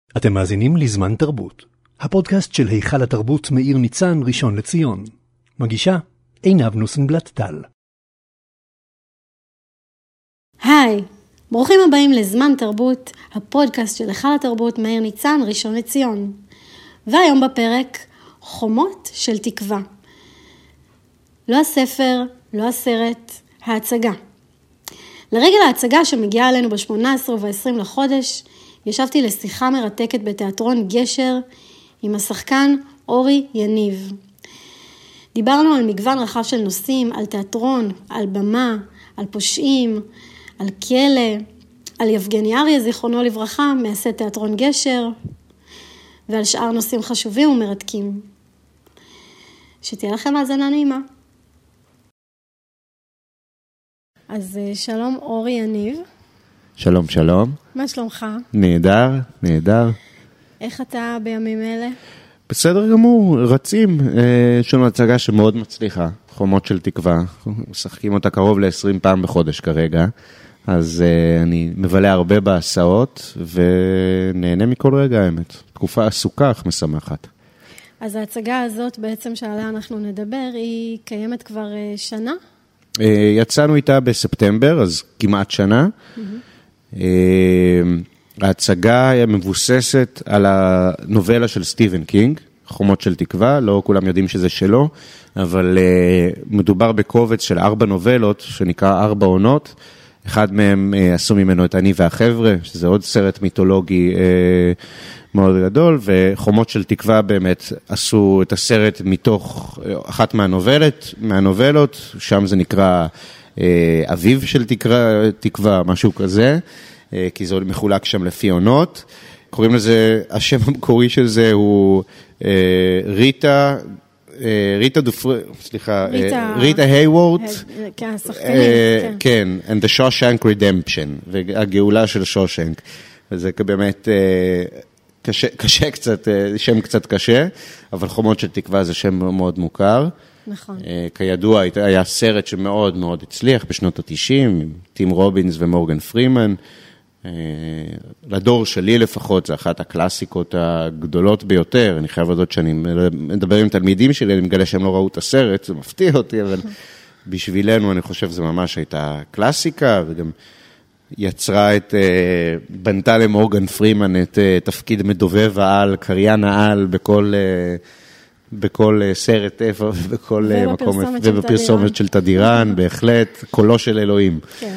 אתם מאזינים לזמן תרבות, הפודקאסט של היכל התרבות מאיר ניצן ראשון לציון. מגישה עינב נוסנבלט טל. היי, ברוכים הבאים לזמן תרבות, הפודקאסט של היכל התרבות מאיר ניצן ראשון לציון. והיום בפרק חומות של תקווה. לא הספר, לא הסרט, ההצגה. לרגל ההצגה שמגיעה אלינו ב-18 וב-20 לחודש, ישבתי לשיחה מרתקת בתיאטרון גשר עם השחקן אורי יניב. דיברנו על מגוון רחב של נושאים, על תיאטרון, על במה, על פושעים, על כלא, על יבגני אריה, זיכרונו לברכה, מייסד תיאטרון גשר, ועל שאר נושאים חשובים ומרתקים. שתהיה לכם האזנה נעימה. אז שלום אורי יניב. שלום, שלום. מה שלומך? נהדר, נהדר. איך אתה בימים אלה? בסדר גמור, רצים. יש לנו הצגה שמאוד מצליחה, חומות של תקווה. משחקים אותה קרוב ל-20 פעם בחודש כרגע. אז אני מבלה הרבה בהסעות ונהנה מכל רגע האמת. תקופה עסוקה אך משמחת. אז ההצגה הזאת בעצם שעליה אנחנו נדבר, היא קיימת כבר שנה? יצאנו איתה בספטמבר, אז כמעט שנה. ההצגה מבוססת על הנובלה של סטיבן קינג, חומות של תקווה, לא כולם יודעים שזה שלו, אבל מדובר בקובץ של 4 נובלות, שנקרא 4 עונות, אחד מהם עשו ממנו את אני והחבר'ה, שזה עוד סרט מיתולוגי מאוד גדול, וחומות של תקווה באמת עשו את הסרט מתוך אחת מהנובלות, שם זה נקרא אביב של תקווה, משהו כזה, כי זה מחולק שם לפי עונות. קוראים לזה, השם המקורי של זה הוא ריטה היוורד. כן, השחקנית. כן, and the Shawshank Redemption, והגאולה של שושנק. וזה באמת קשה קצת, שם קצת קשה, אבל חומות של תקווה זה שם מאוד מוכר. נכון. כידוע, היה סרט שמאוד מאוד הצליח בשנות ה-90, עם טים רובינס ומורגן פרימן. לדור שלי לפחות, זה אחת הקלאסיקות הגדולות ביותר. אני חייב לדעת שאני מדבר עם תלמידים שלי, אני מגלה שהם לא ראו את הסרט, זה מפתיע אותי, אבל בשבילנו אני חושב זה ממש הייתה קלאסיקה, וגם יצרה בנתה למורגן פרימן את תפקיד מדובב העל, קריין העל בכל סרט איפה ובכל מקום, ובפרסומת של תדירן, בהחלט, קולו של אלוהים. כן.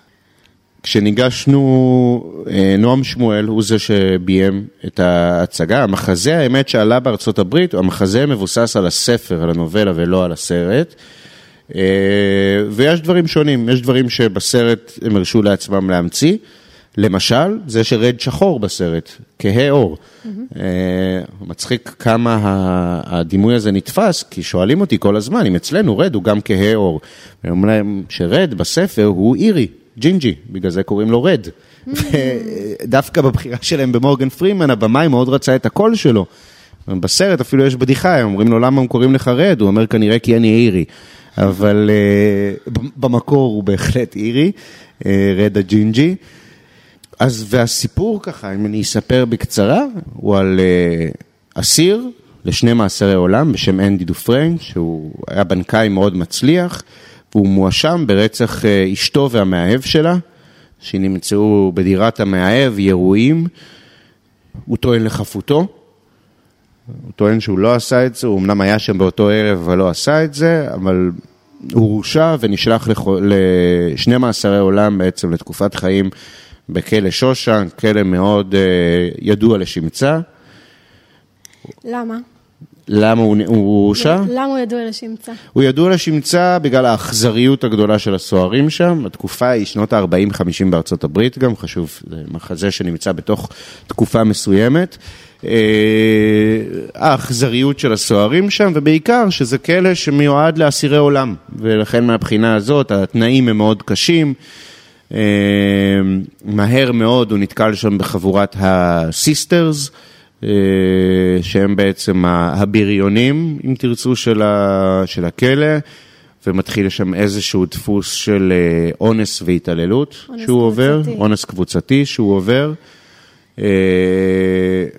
כשניגשנו, נועם שמואל הוא זה שביים את ההצגה, המחזה, האמת שעלה בארצות הברית, המחזה מבוסס על הספר, על הנובלה ולא על הסרט, ויש דברים שונים, יש דברים שבסרט הם הרשו לעצמם להמציא, למשל, זה שרד שחור בסרט, כהה אור. מצחיק כמה הדימוי הזה נתפס, כי שואלים אותי כל הזמן, אם אצלנו רד הוא גם כהה אור. ואומרים להם שרד בספר הוא אירי, ג'ינג'י, בגלל זה קוראים לו רד. ודווקא בבחירה שלהם במורגן פרימן, הבמאי מאוד רצה את הקול שלו. בסרט אפילו יש בדיחה, הם אומרים לו למה הם קוראים לך רד, הוא אומר כנראה כי אני אירי. אבל במקור הוא בהחלט אירי, רד הג'ינג'י. אז והסיפור ככה, אם אני אספר בקצרה, הוא על אסיר לשני מאסרי עולם בשם אנדי דופריין, שהוא היה בנקאי מאוד מצליח, והוא מואשם ברצח אשתו והמאהב שלה, שנמצאו בדירת המאהב ירויים. הוא טוען לחפותו, הוא טוען שהוא לא עשה את זה, הוא אמנם היה שם באותו ערב אבל לא עשה את זה, אבל הוא הורשע ונשלח לשני מאסרי עולם בעצם לתקופת חיים בכלא שושנק, כלא מאוד ידוע לשמצה. למה? למה הוא הורשע? למה הוא ידוע לשמצה? הוא ידוע לשמצה בגלל האכזריות הגדולה של הסוהרים שם. התקופה היא שנות ה-40-50 בארצות הברית גם, חשוב, זה מחזה שנמצא בתוך תקופה מסוימת. האכזריות של הסוהרים שם, ובעיקר שזה כלא שמיועד לאסירי עולם, ולכן מהבחינה הזאת התנאים הם מאוד קשים. מהר מאוד הוא נתקל שם בחבורת הסיסטרס, שהם בעצם הבריונים, אם תרצו, של הכלא, ומתחיל שם איזשהו דפוס של אונס והתעללות שהוא עובר, אונס קבוצתי שהוא עובר,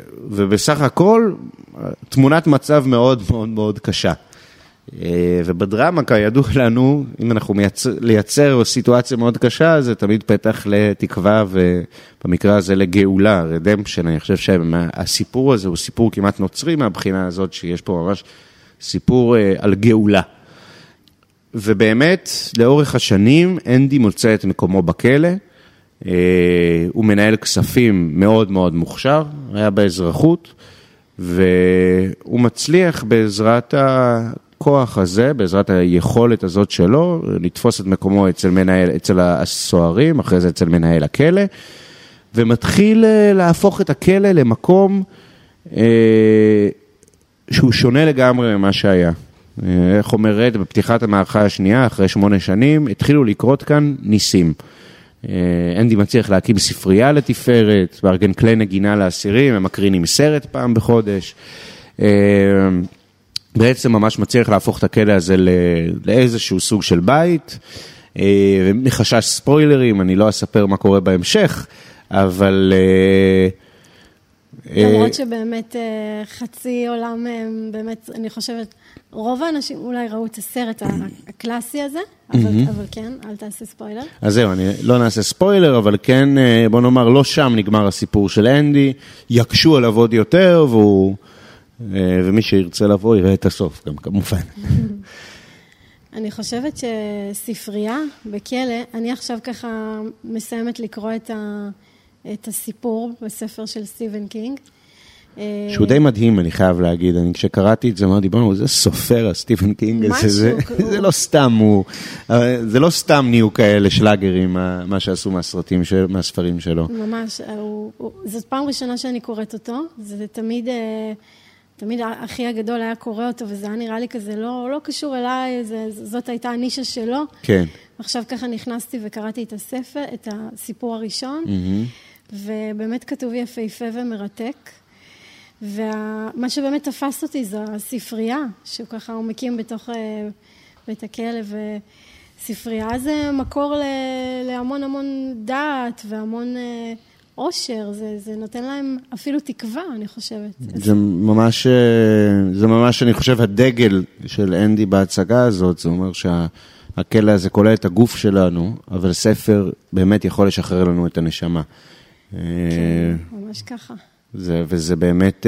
ובסך הכל, תמונת מצב מאוד מאוד מאוד קשה. ובדרמה, כידוע לנו, אם אנחנו לייצר סיטואציה מאוד קשה, זה תמיד פתח לתקווה, ובמקרה הזה לגאולה, רדמפשן. אני חושב שהסיפור הזה הוא סיפור כמעט נוצרי מהבחינה הזאת, שיש פה ממש סיפור על גאולה. ובאמת, לאורך השנים, אנדי מוצא את מקומו בכלא, הוא מנהל כספים מאוד מאוד מוכשר, היה באזרחות, והוא מצליח בעזרת הכוח הזה, בעזרת היכולת הזאת שלו, לתפוס את מקומו אצל הסוהרים, אחרי זה אצל מנהל הכלא, ומתחיל להפוך את הכלא למקום שהוא שונה לגמרי ממה שהיה. איך אומר רד, בפתיחת המערכה השנייה, אחרי 8 שנים, התחילו לקרות כאן ניסים. אנדי מצליח להקים ספרייה לתפארת, מארגן כלי נגינה לאסירים, הם מקרינים סרט פעם בחודש. בעצם ממש מצליח להפוך את הכלא הזה לאיזשהו סוג של בית, מחשש ספוילרים, אני לא אספר מה קורה בהמשך, אבל למרות שבאמת חצי עולם, באמת, אני חושבת, רוב האנשים אולי ראו את הסרט הקלאסי הזה, אבל כן, אל תעשה ספוילר. אז זהו, אני לא נעשה ספוילר, אבל כן, בוא נאמר, לא שם נגמר הסיפור של אנדי, יקשו עליו עוד יותר, ומי שירצה לבוא יראה את הסוף גם, כמובן. אני חושבת שספרייה בכלא, אני עכשיו ככה מסיימת לקרוא את הסיפור בספר של סטיבן קינג. שהוא די מדהים, אני חייב להגיד. כשקראתי את זה, אמרתי, בואו, זה סופר, סטיבן קינג, זה לא סתם, זה לא סתם נהיו כאלה שלאגרים, מה שעשו מהספרים שלו. ממש, זאת פעם ראשונה שאני קוראת אותו, זה תמיד אחי הגדול היה קורא אותו, וזה היה נראה לי כזה לא קשור אליי, זאת הייתה הנישה שלו. כן. עכשיו ככה נכנסתי וקראתי את הספר, את הסיפור הראשון, ובאמת כתוב יפהפה ומרתק. ומה שבאמת תפס אותי זו הספרייה, שככה הוא מקים בתוך בית הכלא, וספרייה זה מקור להמון המון דעת והמון אושר, זה נותן להם אפילו תקווה, אני חושבת. זה ממש, אני חושב, הדגל של אנדי בהצגה הזאת, זה אומר שהכלא הזה כולל את הגוף שלנו, אבל ספר באמת יכול לשחרר לנו את הנשמה. כן, ממש ככה. וזה באמת,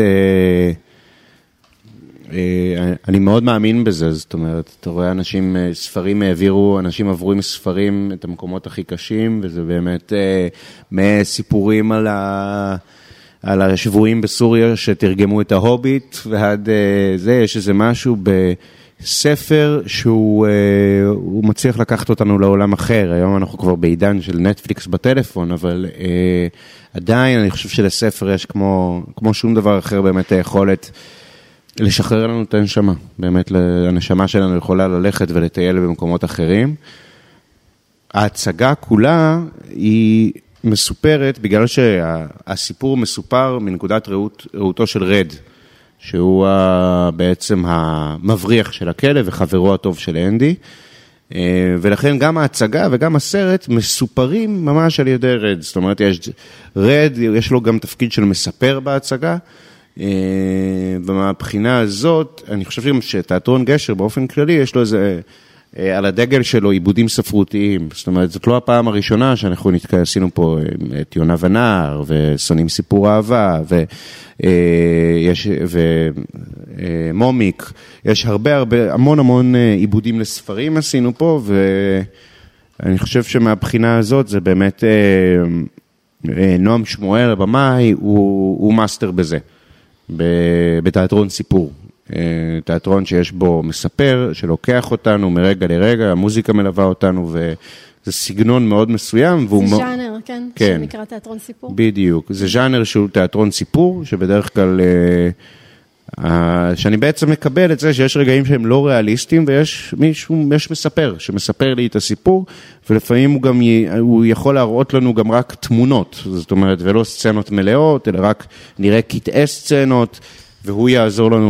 אני מאוד מאמין בזה, זאת אומרת, אתה רואה ספרים העבירו, אנשים עברו עם ספרים את המקומות הכי קשים, וזה באמת מסיפורים על השבויים בסוריה שתרגמו את ההוביט, ועד זה יש איזה משהו בספר שהוא מצליח לקחת אותנו לעולם אחר. היום אנחנו כבר בעידן של נטפליקס בטלפון, אבל עדיין אני חושב שלספר יש כמו שום דבר אחר באמת היכולת לשחרר לנו את הנשמה. באמת הנשמה שלנו יכולה ללכת ולטייל במקומות אחרים. ההצגה כולה היא מסופרת בגלל שהסיפור מסופר מנקודת ראותו של רד, שהוא בעצם המבריח של הכלא וחברו הטוב של אנדי. ולכן גם ההצגה וגם הסרט מסופרים ממש על ידי רד. זאת אומרת, יש לו גם תפקיד של מספר בהצגה, ומהבחינה הזאת, אני חושב שתיאטרון גשר באופן כללי, יש לו איזה, על הדגל שלו עיבודים ספרותיים. זאת אומרת, זאת לא הפעם הראשונה שאנחנו עשינו פה את יונה ונער, ושונאים סיפור אהבה, ומומיק. יש המון עיבודים לספרים עשינו פה, ואני חושב שמהבחינה הזאת זה באמת, נועם שמואל, הבמאי, הוא מאסטר בזה, בתיאטרון סיפור. תיאטרון שיש בו מספר, שלוקח אותנו מרגע לרגע, המוזיקה מלווה אותנו, וזה סגנון מאוד מסוים. זה ז'אנר, כן, שנקרא תיאטרון סיפור. בדיוק, זה ז'אנר שהוא תיאטרון סיפור, שבדרך כלל, שאני בעצם מקבל את זה, שיש רגעים שהם לא ריאליסטיים, ויש מספר, שמספר לי את הסיפור, ולפעמים הוא יכול להראות לנו גם רק תמונות, זאת אומרת, ולא סצנות מלאות, אלא רק נראה קטעי סצנות, והוא יעזור לנו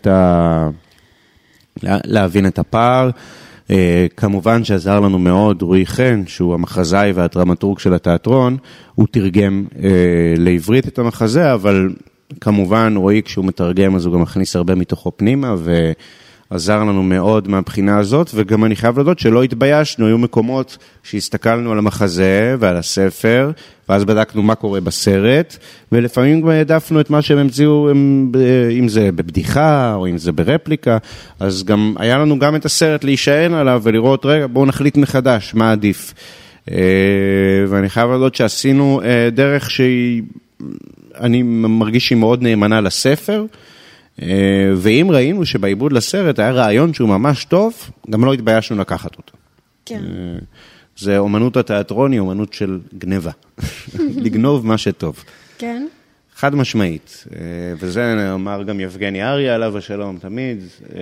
להבין את הפער. כמובן שעזר לנו מאוד רועי חן, שהוא המחזאי והדרמטורג של התיאטרון, הוא תרגם לעברית את המחזה, אבל כמובן, רועי כשהוא מתרגם, אז הוא גם מכניס הרבה מתוכו פנימה, ועזר לנו מאוד מהבחינה הזאת, וגם אני חייב לדעת שלא התביישנו, היו מקומות שהסתכלנו על המחזה ועל הספר, ואז בדקנו מה קורה בסרט, ולפעמים גם העדפנו את מה שהם המציאו, אם זה בבדיחה, או אם זה ברפליקה, אז גם היה לנו גם את הסרט להישען עליו, ולראות, רגע, בואו נחליט מחדש, מה עדיף. ואני חייב לדעת שעשינו דרך שהיא, אני מרגיש שהיא מאוד נאמנה לספר, ואם ראינו שבעיבוד לסרט היה רעיון שהוא ממש טוב, גם לא התביישנו לקחת אותו. כן. זה אומנות התיאטרון, היא אומנות של גניבה. לגנוב מה שטוב. כן. חד משמעית. וזה אמר גם יבגני אריה עליו השלום תמיד.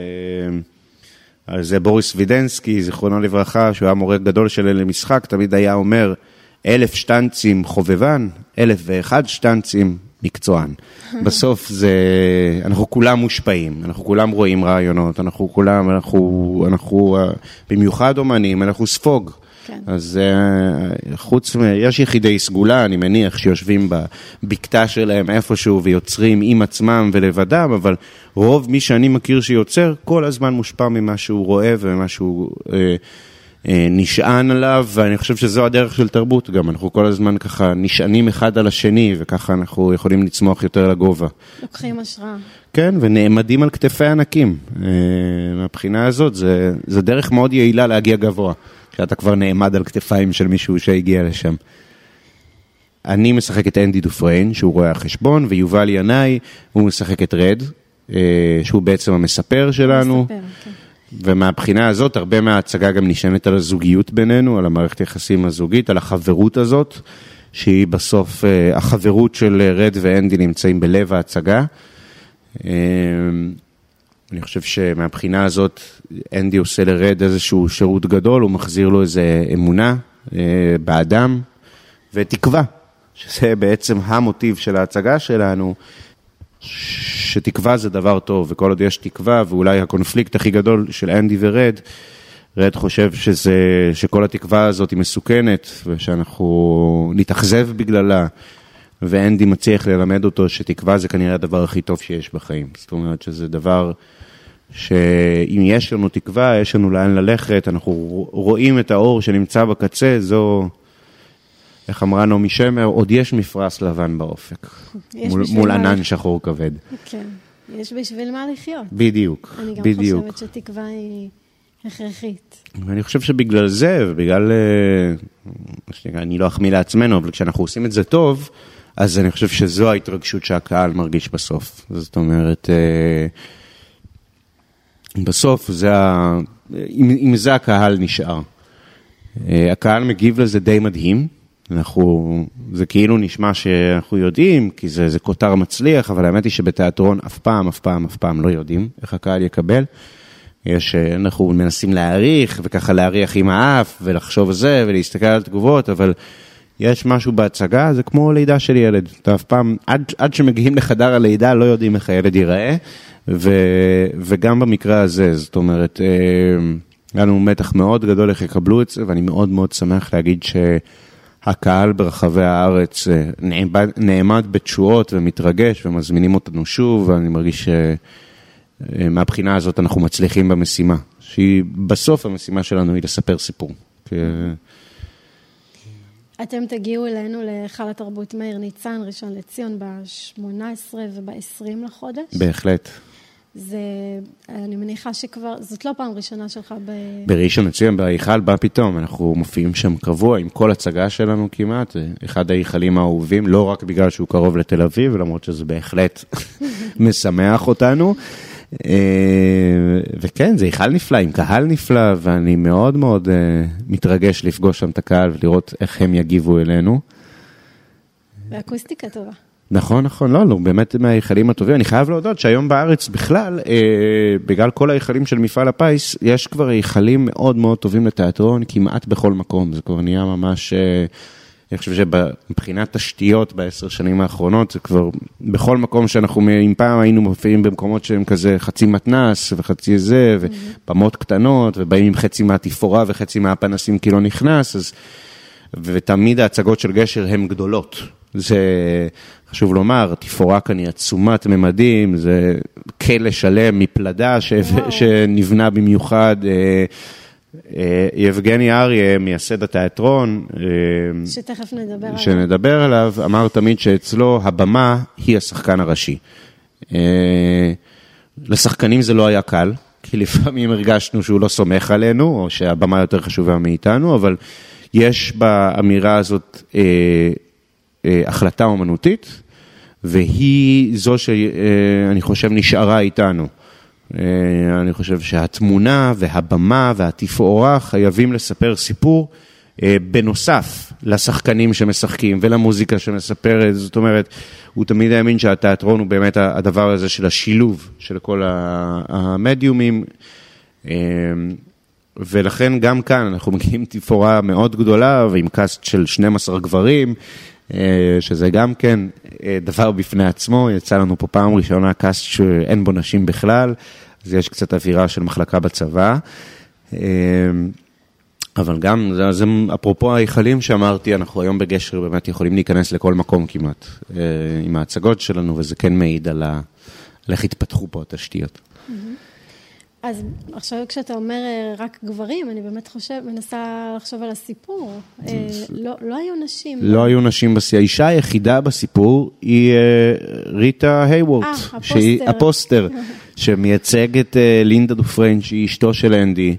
על זה בוריס וידנסקי, זיכרונו לברכה, שהוא היה מורה גדול של למשחק, תמיד היה אומר, 1000 שטנצים חובבן, 1001 שטנצים מקצוען. בסוף זה, אנחנו כולם מושפעים, אנחנו כולם רואים רעיונות, אנחנו במיוחד אומנים, אנחנו ספוג. כן. אז יש יחידי סגולה, אני מניח, שיושבים בבקתה שלהם איפשהו ויוצרים עם עצמם ולבדם, אבל רוב מי שאני מכיר שיוצר, כל הזמן מושפע ממה שהוא רואה וממה שהוא נשען עליו, ואני חושב שזו הדרך של תרבות גם, אנחנו כל הזמן ככה נשענים אחד על השני, וככה אנחנו יכולים לצמוח יותר לגובה. לוקחים השראה. כן, ונעמדים על כתפי ענקים. מהבחינה הזאת, זה דרך מאוד יעילה להגיע גבוה. שאתה כבר נעמד על כתפיים של מישהו שהגיע לשם. אני משחק את אנדי דופריין, שהוא רואה החשבון, ויובל ינאי, הוא משחק את רד, שהוא בעצם המספר שלנו. מספר, כן. ומהבחינה הזאת, הרבה מההצגה גם נשענת על הזוגיות בינינו, על המערכת היחסים הזוגית, על החברות הזאת, שהיא בסוף, החברות של רד ואנדי נמצאים בלב ההצגה. אני חושב שמהבחינה הזאת, אנדי עושה לרד איזשהו שירות גדול, הוא מחזיר לו איזו אמונה באדם, ותקווה, שזה בעצם המוטיב של ההצגה שלנו, שתקווה זה דבר טוב, וכל עוד יש תקווה, ואולי הקונפליקט הכי גדול של אנדי ורד, רד חושב שכל התקווה הזאת היא מסוכנת, ושאנחנו נתאכזב בגללה, ואנדי מצליח ללמד אותו שתקווה זה כנראה הדבר הכי טוב שיש בחיים. זאת אומרת שזה דבר שאם יש לנו תקווה, יש לנו לאן ללכת, אנחנו רואים את האור שנמצא בקצה, זו, איך אמרה נעמי שמר, עוד יש מפרש לבן באופק, מול ענן שחור כבד. כן, יש בשביל מה לחיות. בדיוק, אני גם בדיוק. חושבת שתקווה היא הכרחית. ואני חושב שבגלל זה, ובגלל, אני לא אחמיא לעצמנו, אבל כשאנחנו עושים את זה טוב, אז אני חושב שזו ההתרגשות שהקהל מרגיש בסוף. זאת אומרת, בסוף אם זה הקהל נשאר. הקהל מגיב לזה די מדהים. זה כאילו נשמע שאנחנו יודעים, כי זה כותר מצליח, אבל האמת היא שבתיאטרון אף פעם לא יודעים איך הקהל יקבל. אנחנו מנסים להעריך, וככה להעריך עם האף, ולחשוב זה, ולהסתכל על תגובות, אבל יש משהו בהצגה, זה כמו לידה של ילד. אתה אף פעם, עד שמגיעים לחדר הלידה, לא יודעים איך הילד ייראה, וגם במקרה הזה, זאת אומרת, היה לנו מתח מאוד גדול איך יקבלו את זה, ואני מאוד מאוד שמח להגיד שהקהל ברחבי הארץ נעמד בתשואות ומתרגש, ומזמינים אותנו שוב, ואני מרגיש מהבחינה הזאת אנחנו מצליחים במשימה, שהיא בסוף המשימה שלנו היא לספר סיפור. אתם תגיעו אלינו להיכל התרבות מאיר ניצן, ראשון לציון, ב-18 וב-20 לחודש. בהחלט. אני מניחה שכבר, זאת לא פעם ראשונה שלך בראשון לציון, בהיכל, בא פתאום, אנחנו מופיעים שם קבוע עם כל הצגה שלנו כמעט, אחד ההיכלים האהובים, לא רק בגלל שהוא קרוב לתל אביב, למרות שזה בהחלט משמח אותנו, וכן, זה היכל נפלא, עם קהל נפלא, ואני מאוד מאוד מתרגש לפגוש שם את הקהל, ולראות איך הם יגיבו אלינו. ואקוסטיקה טובה. נכון, לא, באמת מההיכלים הטובים. אני חייב להודות שהיום בארץ בכלל, בגלל כל ההיכלים של מפעל הפיס, יש כבר היכלים מאוד מאוד טובים לתיאטרון, כמעט בכל מקום. זה כבר נהיה ממש, אני חושב שבבחינת תשתיות ב10 שנים האחרונות, זה כבר בכל מקום שאנחנו, אם פעם היינו מופיעים במקומות שהם כזה חצי מתנס וחצי זה, ובמות קטנות, ובאים עם חצי מהתפאורה וחצי מהפנסים כי לא נכנס, ותמיד ההצגות של גשר הן גדולות. זה חשוב לומר, תפאורה כאן היא עצומת ממדים, זה כלא שלם מפלדה שנבנה במיוחד, יבגני אריה, מייסד התיאטרון, שנדבר עליו, אמר תמיד שאצלו הבמה היא השחקן הראשי. לשחקנים זה לא היה קל, כי לפעמים הרגשנו שהוא לא סומך עלינו, או שהבמה יותר חשובה מאיתנו, אבל יש באמירה הזאת החלטה אומנותית, והיא זו שאני חושב נשארה איתנו. אני חושב שהתמונה והבמה והתפאורה חייבים לספר סיפור בנוסף לשחקנים שמשחקים ולמוזיקה שמספרת. זאת אומרת, הוא תמיד האמין שהתיאטרון הוא באמת הדבר הזה של השילוב של כל המדיומים, ולכן גם כאן אנחנו מגיעים תפאורה מאוד גדולה ועם קאסט של 12 גברים, שזה גם כן דבר בפני עצמו. יצא לנו פה פעם ראשונה קאסט שאין בו נשים בכלל, אז יש קצת אווירה של מחלקה בצבא, אבל גם, זה אפרופו ההיכלים שאמרתי, אנחנו היום בגשר באמת יכולים להיכנס לכל מקום כמעט, עם ההצגות שלנו, וזה כן מעיד על איך התפתחו פה התשתיות. אז עכשיו כשאתה אומר רק גברים, אני באמת מנסה לחשוב על הסיפור. לא היו נשים. לא היו נשים, האישה היחידה בסיפור היא ריטה היוורט, שהיא הפוסטר, שמייצג את לינדה דופרנץ', שהיא אשתו של אנדי,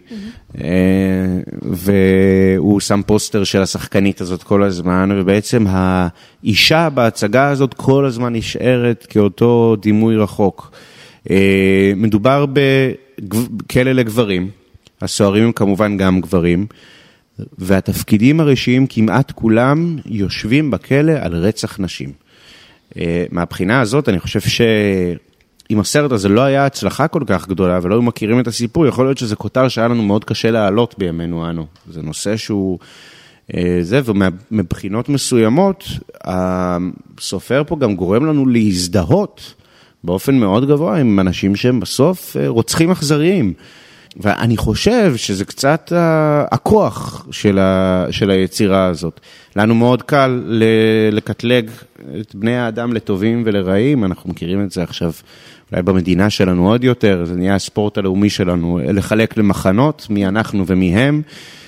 והוא שם פוסטר של השחקנית הזאת כל הזמן, ובעצם האישה בהצגה הזאת כל הזמן נשארת כאותו דימוי רחוק. מדובר בכלא לגברים, הסוהרים הם כמובן גם גברים, והתפקידים הראשיים כמעט כולם יושבים בכלא על רצח נשים. מהבחינה הזאת אני חושב שאם הסרט הזה לא היה הצלחה כל כך גדולה ולא מכירים את הסיפור, יכול להיות שזה כותר שהיה לנו מאוד קשה להעלות בימינו אנו. זה נושא שהוא זה, ומבחינות מסוימות הסופר פה גם גורם לנו להזדהות באופן מאוד גבוה עם אנשים שהם בסוף רוצחים אכזריים. ואני חושב שזה קצת הכוח של היצירה הזאת. לנו מאוד קל לקטלג את בני האדם לטובים ולרעים, אנחנו מכירים את זה עכשיו אולי במדינה שלנו עוד יותר, זה נהיה הספורט הלאומי שלנו, לחלק למחנות, מי אנחנו ומי הם,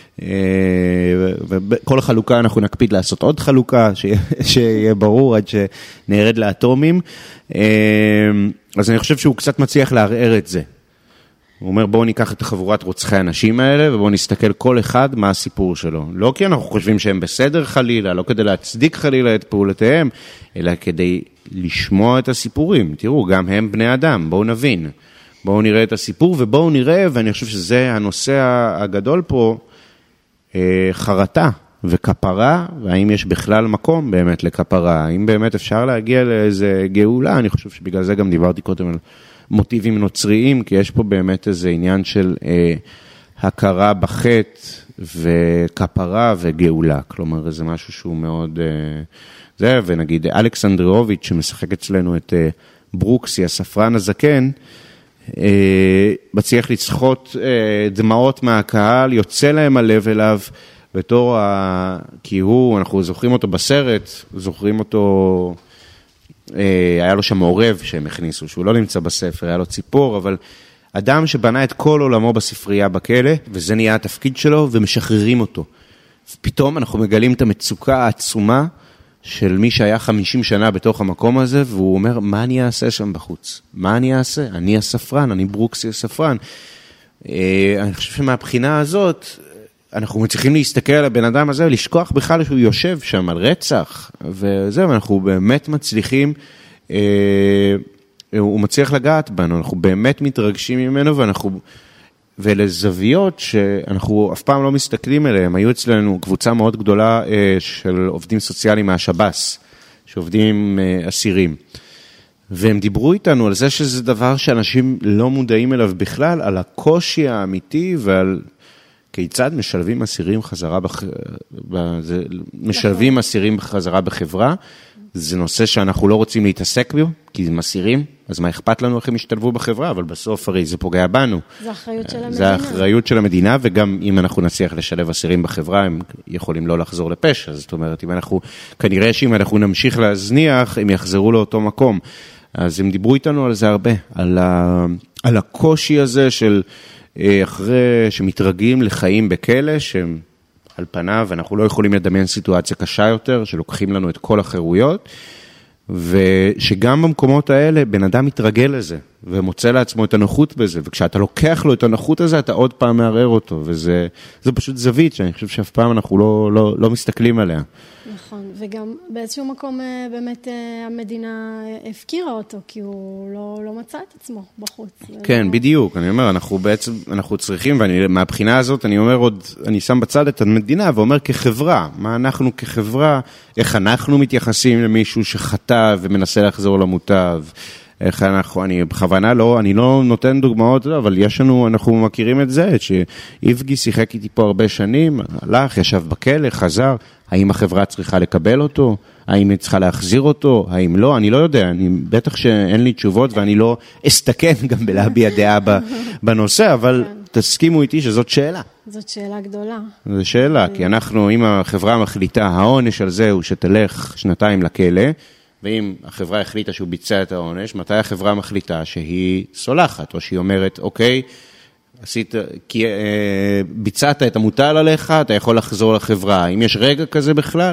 וכל חלוקה אנחנו נקפיד לעשות עוד חלוקה, שיהיה ברור עד שנרד לאטומים, אז אני חושב שהוא קצת מצליח לערער את זה. הוא אומר, בואו ניקח את חבורת רוצחי האנשים האלה, ובואו נסתכל כל אחד מה הסיפור שלו. לא כי אנחנו חושבים שהם בסדר חלילה, לא כדי להצדיק חלילה את פעולותיהם, אלא כדי לשמוע את הסיפורים. תראו, גם הם בני אדם, בואו נבין. בואו נראה את הסיפור, ובואו נראה, ואני חושב שזה הנושא הגדול פה, חרטה וכפרה, והאם יש בכלל מקום באמת לכפרה, האם באמת אפשר להגיע לאיזה גאולה, אני חושב שבגלל זה גם דיברתי קודם על מוטיבים נוצריים, כי יש פה באמת איזה עניין של הכרה בחטא וכפרה וגאולה, כלומר זה משהו שהוא מאוד, זה, ונגיד אלכסנדרוביץ' שמשחק אצלנו את ברוקסי, הספרן הזקן, מצליח לצחות דמעות מהקהל, יוצא להם הלב אליו, בתור, כי אנחנו זוכרים אותו בסרט, זוכרים אותו, היה לו שם מעורב שהם הכניסו, שהוא לא נמצא בספר, היה לו ציפור, אבל אדם שבנה את כל עולמו בספרייה בכלא, וזה נהיה התפקיד שלו, ומשחררים אותו. פתאום אנחנו מגלים את המצוקה העצומה, של מי שהיה 50 שנה בתוך המקום הזה, והוא אומר, מה אני אעשה שם בחוץ? מה אני אעשה? אני הספרן, אני ברוקסי הספרן. אני חושב שמהבחינה הזאת, אנחנו מצליחים להסתכל על הבן אדם הזה, ולשכוח בכלל שהוא יושב שם על רצח, וזהו, אנחנו באמת מצליחים, הוא מצליח לגעת בנו, אנחנו באמת מתרגשים ממנו, ולזוויות שאנחנו אף פעם לא מסתכלים עליהם. היו אצלנו קבוצה מאוד גדולה של עובדים סוציאליים מהשב"ס, שעובדים עם אסירים. והם דיברו איתנו על זה שזה דבר שאנשים לא מודעים אליו בכלל, על הקושי האמיתי ועל כיצד משלבים אסירים משלבים אסירים בחזרה בחברה. זה נושא שאנחנו לא רוצים להתעסק בו, כי הם אסירים, אז מה אכפת לנו איך הם ישתלבו בחברה, אבל בסוף הרי זה פוגע בנו. זה האחריות של המדינה. זה האחריות של המדינה, וגם אם אנחנו נצליח לשלב אסירים בחברה, הם יכולים לא לחזור לפשע. זאת אומרת, כנראה שאם אנחנו נמשיך להזניח, הם יחזרו לאותו מקום. אז הם דיברו איתנו על זה הרבה, על הקושי הזה של אחרי שמתרגלים לחיים בכלא, שהם על פניו, אנחנו לא יכולים לדמיין סיטואציה קשה יותר, שלוקחים לנו את כל החירויות, ושגם במקומות האלה בן אדם מתרגל לזה, ומוצא לעצמו את הנוחות בזה, וכשאתה לוקח לו את הנוחות הזה, אתה עוד פעם מערער אותו, וזה פשוט זווית, שאני חושב שאף פעם אנחנו לא מסתכלים עליה. נכון, וגם באיזשהו מקום באמת המדינה הפקירה אותו, כי הוא לא מצא את עצמו בחוץ. כן, בדיוק, אני אומר, אנחנו צריכים, ומהבחינה הזאת אני אומר אני שם בצד את המדינה, ואומר כחברה, מה אנחנו כחברה, איך אנחנו מתייחסים למישהו שחטא ומנסה לחזור למוטב, איך אני בכוונה אני לא נותן דוגמאות, אבל אנחנו מכירים את זה, שאיבגי שיחק איתי פה הרבה שנים, הלך, ישב בכלא, חזר, האם החברה צריכה לקבל אותו? האם היא צריכה להחזיר אותו? האם לא? אני לא יודע, בטח שאין לי תשובות, ואני לא אסתכן גם בלהביע דעה בנושא, אבל תסכימו איתי שזאת שאלה. זאת שאלה גדולה. זו שאלה, כי אם החברה מחליטה, העונש על זה הוא שתלך 2 לכלא, ואם החברה החליטה שהוא ביצע את העונש, מתי החברה מחליטה שהיא סולחת, או שהיא אומרת, אוקיי, ביצעת את המוטל עליך, אתה יכול לחזור לחברה. אם יש רגע כזה בכלל?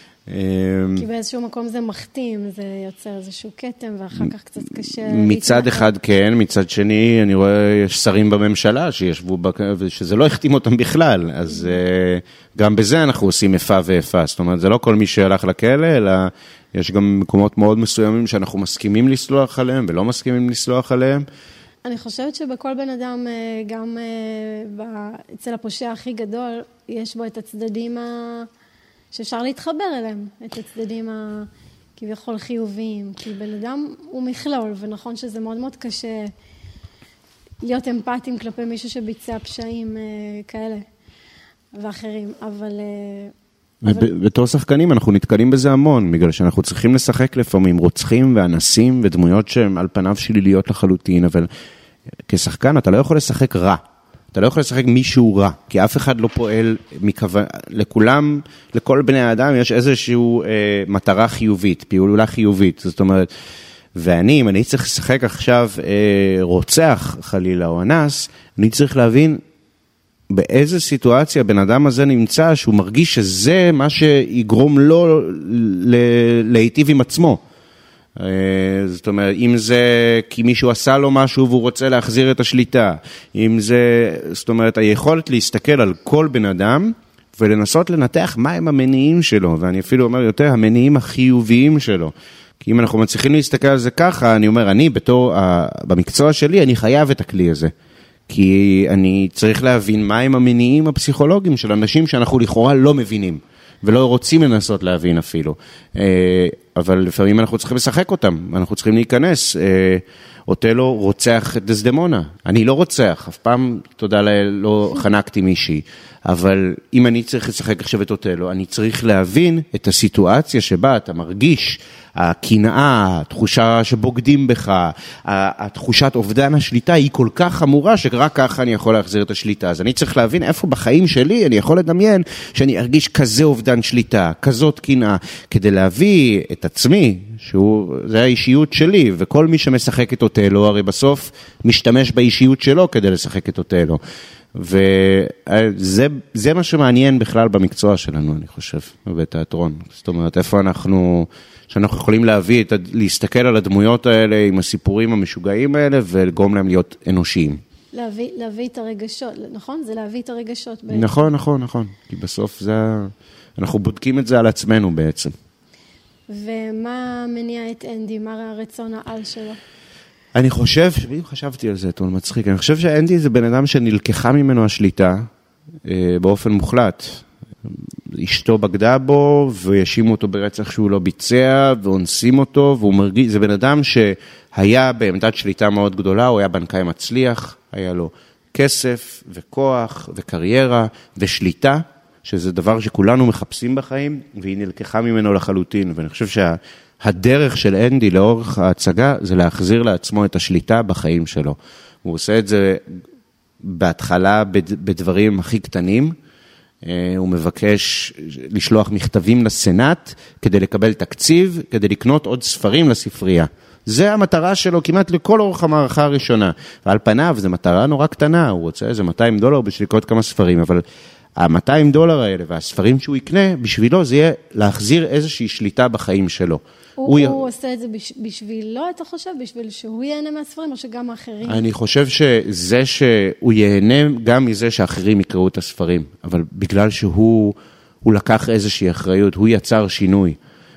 כי באיזשהו מקום זה מחתים, זה יוצר איזשהו קטם, ואחר כך קצת קשה... מצד אחד כן, מצד שני, אני רואה, יש שרים בממשלה שישבו, שזה לא החתים אותם בכלל, אז גם בזה אנחנו עושים איפה ואיפה. זאת אומרת, זה לא כל מי שהלך לכלא, אלא יש גם מקומות מאוד מסוימים שאנחנו מסכימים לסלוח עליהם, ולא מסכימים לסלוח עליהם. אני חושבת שבכל בן אדם, גם אצל הפושע הכי גדול, יש בו את הצדדים שאפשר להתחבר אליהם, את הצדדים כביכול חיוביים, כי בן אדם הוא מכלול, ונכון שזה מאוד מאוד קשה להיות אמפתיים כלפי מישהו שביצע פשעים כאלה ואחרים, אבל... בתור שחקנים אנחנו נתקלים בזה המון, בגלל שאנחנו צריכים לשחק לפעמים רוצחים ואנסים ודמויות שהן על פניו שליליות לחלוטין, אבל כשחקן אתה לא יכול לשחק רע, אתה לא יכול לשחק מישהו רע, כי אף אחד לא פועל לכולם, לכל בני האדם יש איזשהו מטרה חיובית, פעולה חיובית, זאת אומרת, אם אני צריך לשחק עכשיו רוצח חלילה או אנס, אני צריך להבין באיזה סיטואציה בן אדם הזה נמצא, שהוא מרגיש שזה מה שיגרום לו להיטיב עם עצמו. זאת אומרת, אם זה כי מישהו עשה לו משהו והוא רוצה להחזיר את השליטה, אם זה, זאת אומרת, היכולת להסתכל על כל בן אדם ולנסות לנתח מה הם המניעים שלו, ואני אפילו אומר יותר, המניעים החיוביים שלו. כי אם אנחנו מצליחים להסתכל על זה ככה, אני אומר, במקצוע שלי, אני חייב את הכלי הזה. כי אני צריך להבין מה הם המניעים הפסיכולוגיים של אנשים שאנחנו לכאורה לא מבינים, ולא רוצים לנסות להבין אפילו. אבל לפעמים אנחנו צריכים לשחק אותם, אנחנו צריכים להיכנס. אוטלו רוצח את דסדמונה. אני לא רוצח, אף פעם, תודה לא חנקתי מישהי. אבל אם אני צריך לשחק עכשיו את אוטלו, אני צריך להבין את הסיטואציה שבה אתה מרגיש, הקנאה, התחושה שבוגדים בך, התחושת אובדן השליטה היא כל כך חמורה, שרק ככה אני יכול להחזיר את השליטה. אז אני צריך להבין איפה בחיים שלי אני יכול לדמיין שאני ארגיש כזה אובדן שליטה, כזאת קנאה, כדי להביא את עצמי, זה האישיות שלי, וכל מי שמשחק את אוטלו, הרי בסוף משתמש באישיות שלו כדי לשחק את אוטלו. וזה מה שמעניין בכלל במקצוע שלנו, אני חושב, בתיאטרון. זאת אומרת, איפה שאנחנו יכולים להסתכל על הדמויות האלה עם הסיפורים המשוגעים האלה, ולגרום להם להיות אנושיים. להביא את הרגשות, נכון? זה להביא את הרגשות. נכון. כי בסוף אנחנו בודקים את זה על עצמנו בעצם. ומה מניע את אנדי? מה הרצון העל שלו? אני חושב, חשבתי על זה, תול מצחיק, אני חושב שאנדי זה בן אדם שנלקחה ממנו השליטה באופן מוחלט. אשתו בגדה בו, וישימו אותו ברצח שהוא לא ביצע, ואונסים אותו, והוא מרגיש, זה בן אדם שהיה בעמדת שליטה מאוד גדולה, הוא היה בנקאי מצליח, היה לו כסף וכוח וקריירה ושליטה, שזה דבר שכולנו מחפשים בחיים, והיא נלקחה ממנו לחלוטין, ואני חושב הדרך של אנדי לאורך ההצגה זה להחזיר לעצמו את השליטה בחיים שלו. הוא עושה את זה בהתחלה בדברים הכי קטנים, הוא מבקש לשלוח מכתבים לסנאט כדי לקבל תקציב, כדי לקנות עוד ספרים לספרייה. זה המטרה שלו כמעט לכל אורך המערכה הראשונה. ועל פניו זו מטרה נורא קטנה, הוא רוצה איזה $200 בשביל לקנות כמה ספרים, אבל $200 האלה והספרים שהוא יקנה, בשבילו זה יהיה להחזיר איזושהי שליטה בחיים שלו. הוא עושה את זה בשבילו, אתה חושב? בשביל שהוא ייהנה מהספרים או שגם האחרים? אני חושב שזה שהוא ייהנה גם מזה שאחרים יקראו את הספרים, אבל בגלל שהוא לקח איזושהי אחריות, הוא יצר שינוי.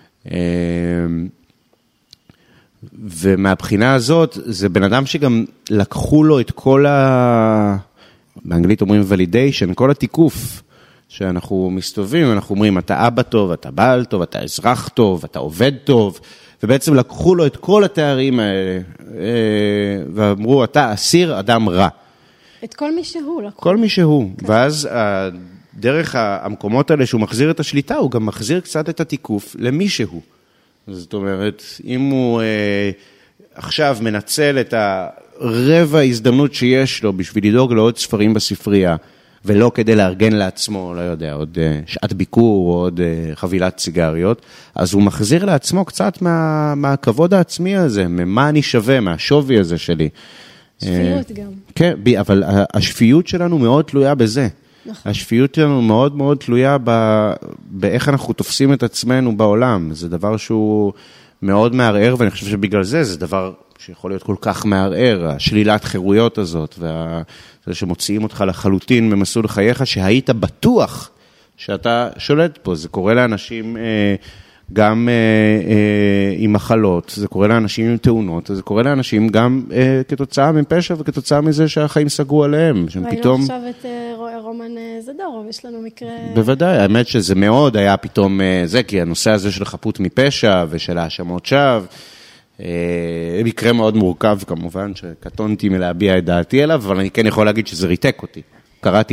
ומהבחינה הזאת, זה בן אדם שגם לקחו לו את כל באנגלית אומרים validation, כל התיקוף שאנחנו מסתובבים, אנחנו אומרים, אתה אבא טוב, אתה בעל טוב, אתה אזרח טוב, אתה עובד טוב, ובעצם לקחו לו את כל התארים האלה, ואמרו, אתה אסיר, אדם רע. את כל מי שהוא לקחו. כל מי שהוא, כן. ואז דרך המקומות האלה שהוא מחזיר את השליטה, הוא גם מחזיר קצת את התיקוף למי שהוא. זאת אומרת, אם הוא עכשיו מנצל את הרבע ההזדמנות שיש לו בשביל לדאוג לעוד ספרים בספרייה, ולא כדי לארגן לעצמו, לא יודע, עוד שעת ביקור או עוד חבילת סיגריות, אז הוא מחזיר לעצמו קצת מהכבוד העצמי הזה, ממה אני שווה, מהשווי הזה שלי. שפיות גם. כן, אבל השפיות שלנו מאוד תלויה בזה. נכון. השפיות שלנו מאוד מאוד תלויה באיך אנחנו תופסים את עצמנו בעולם. זה דבר שהוא מאוד מערער, ואני חושב שבגלל זה דבר שיכול להיות כל כך מערער, השלילת חירויות הזאת, זה שמוציאים אותך לחלוטין ממסלול חייך, שהיית בטוח שאתה שולט פה. זה קורה לאנשים גם עם מחלות, זה קורה לאנשים עם תאונות, זה קורה לאנשים גם כתוצאה מפשע וכתוצאה מזה שהחיים סגרו עליהם. ראינו עכשיו את רומן זדורוב, יש לנו מקרה... בוודאי, האמת שזה מאוד היה פתאום זה, כי הנושא הזה של חפות מפשע ושל האשמות שווא, מקרה מאוד מורכב כמובן, שקטונתי מלהביע את דעתי אליו, אבל אני כן יכול להגיד שזה ריתק אותי. קראתי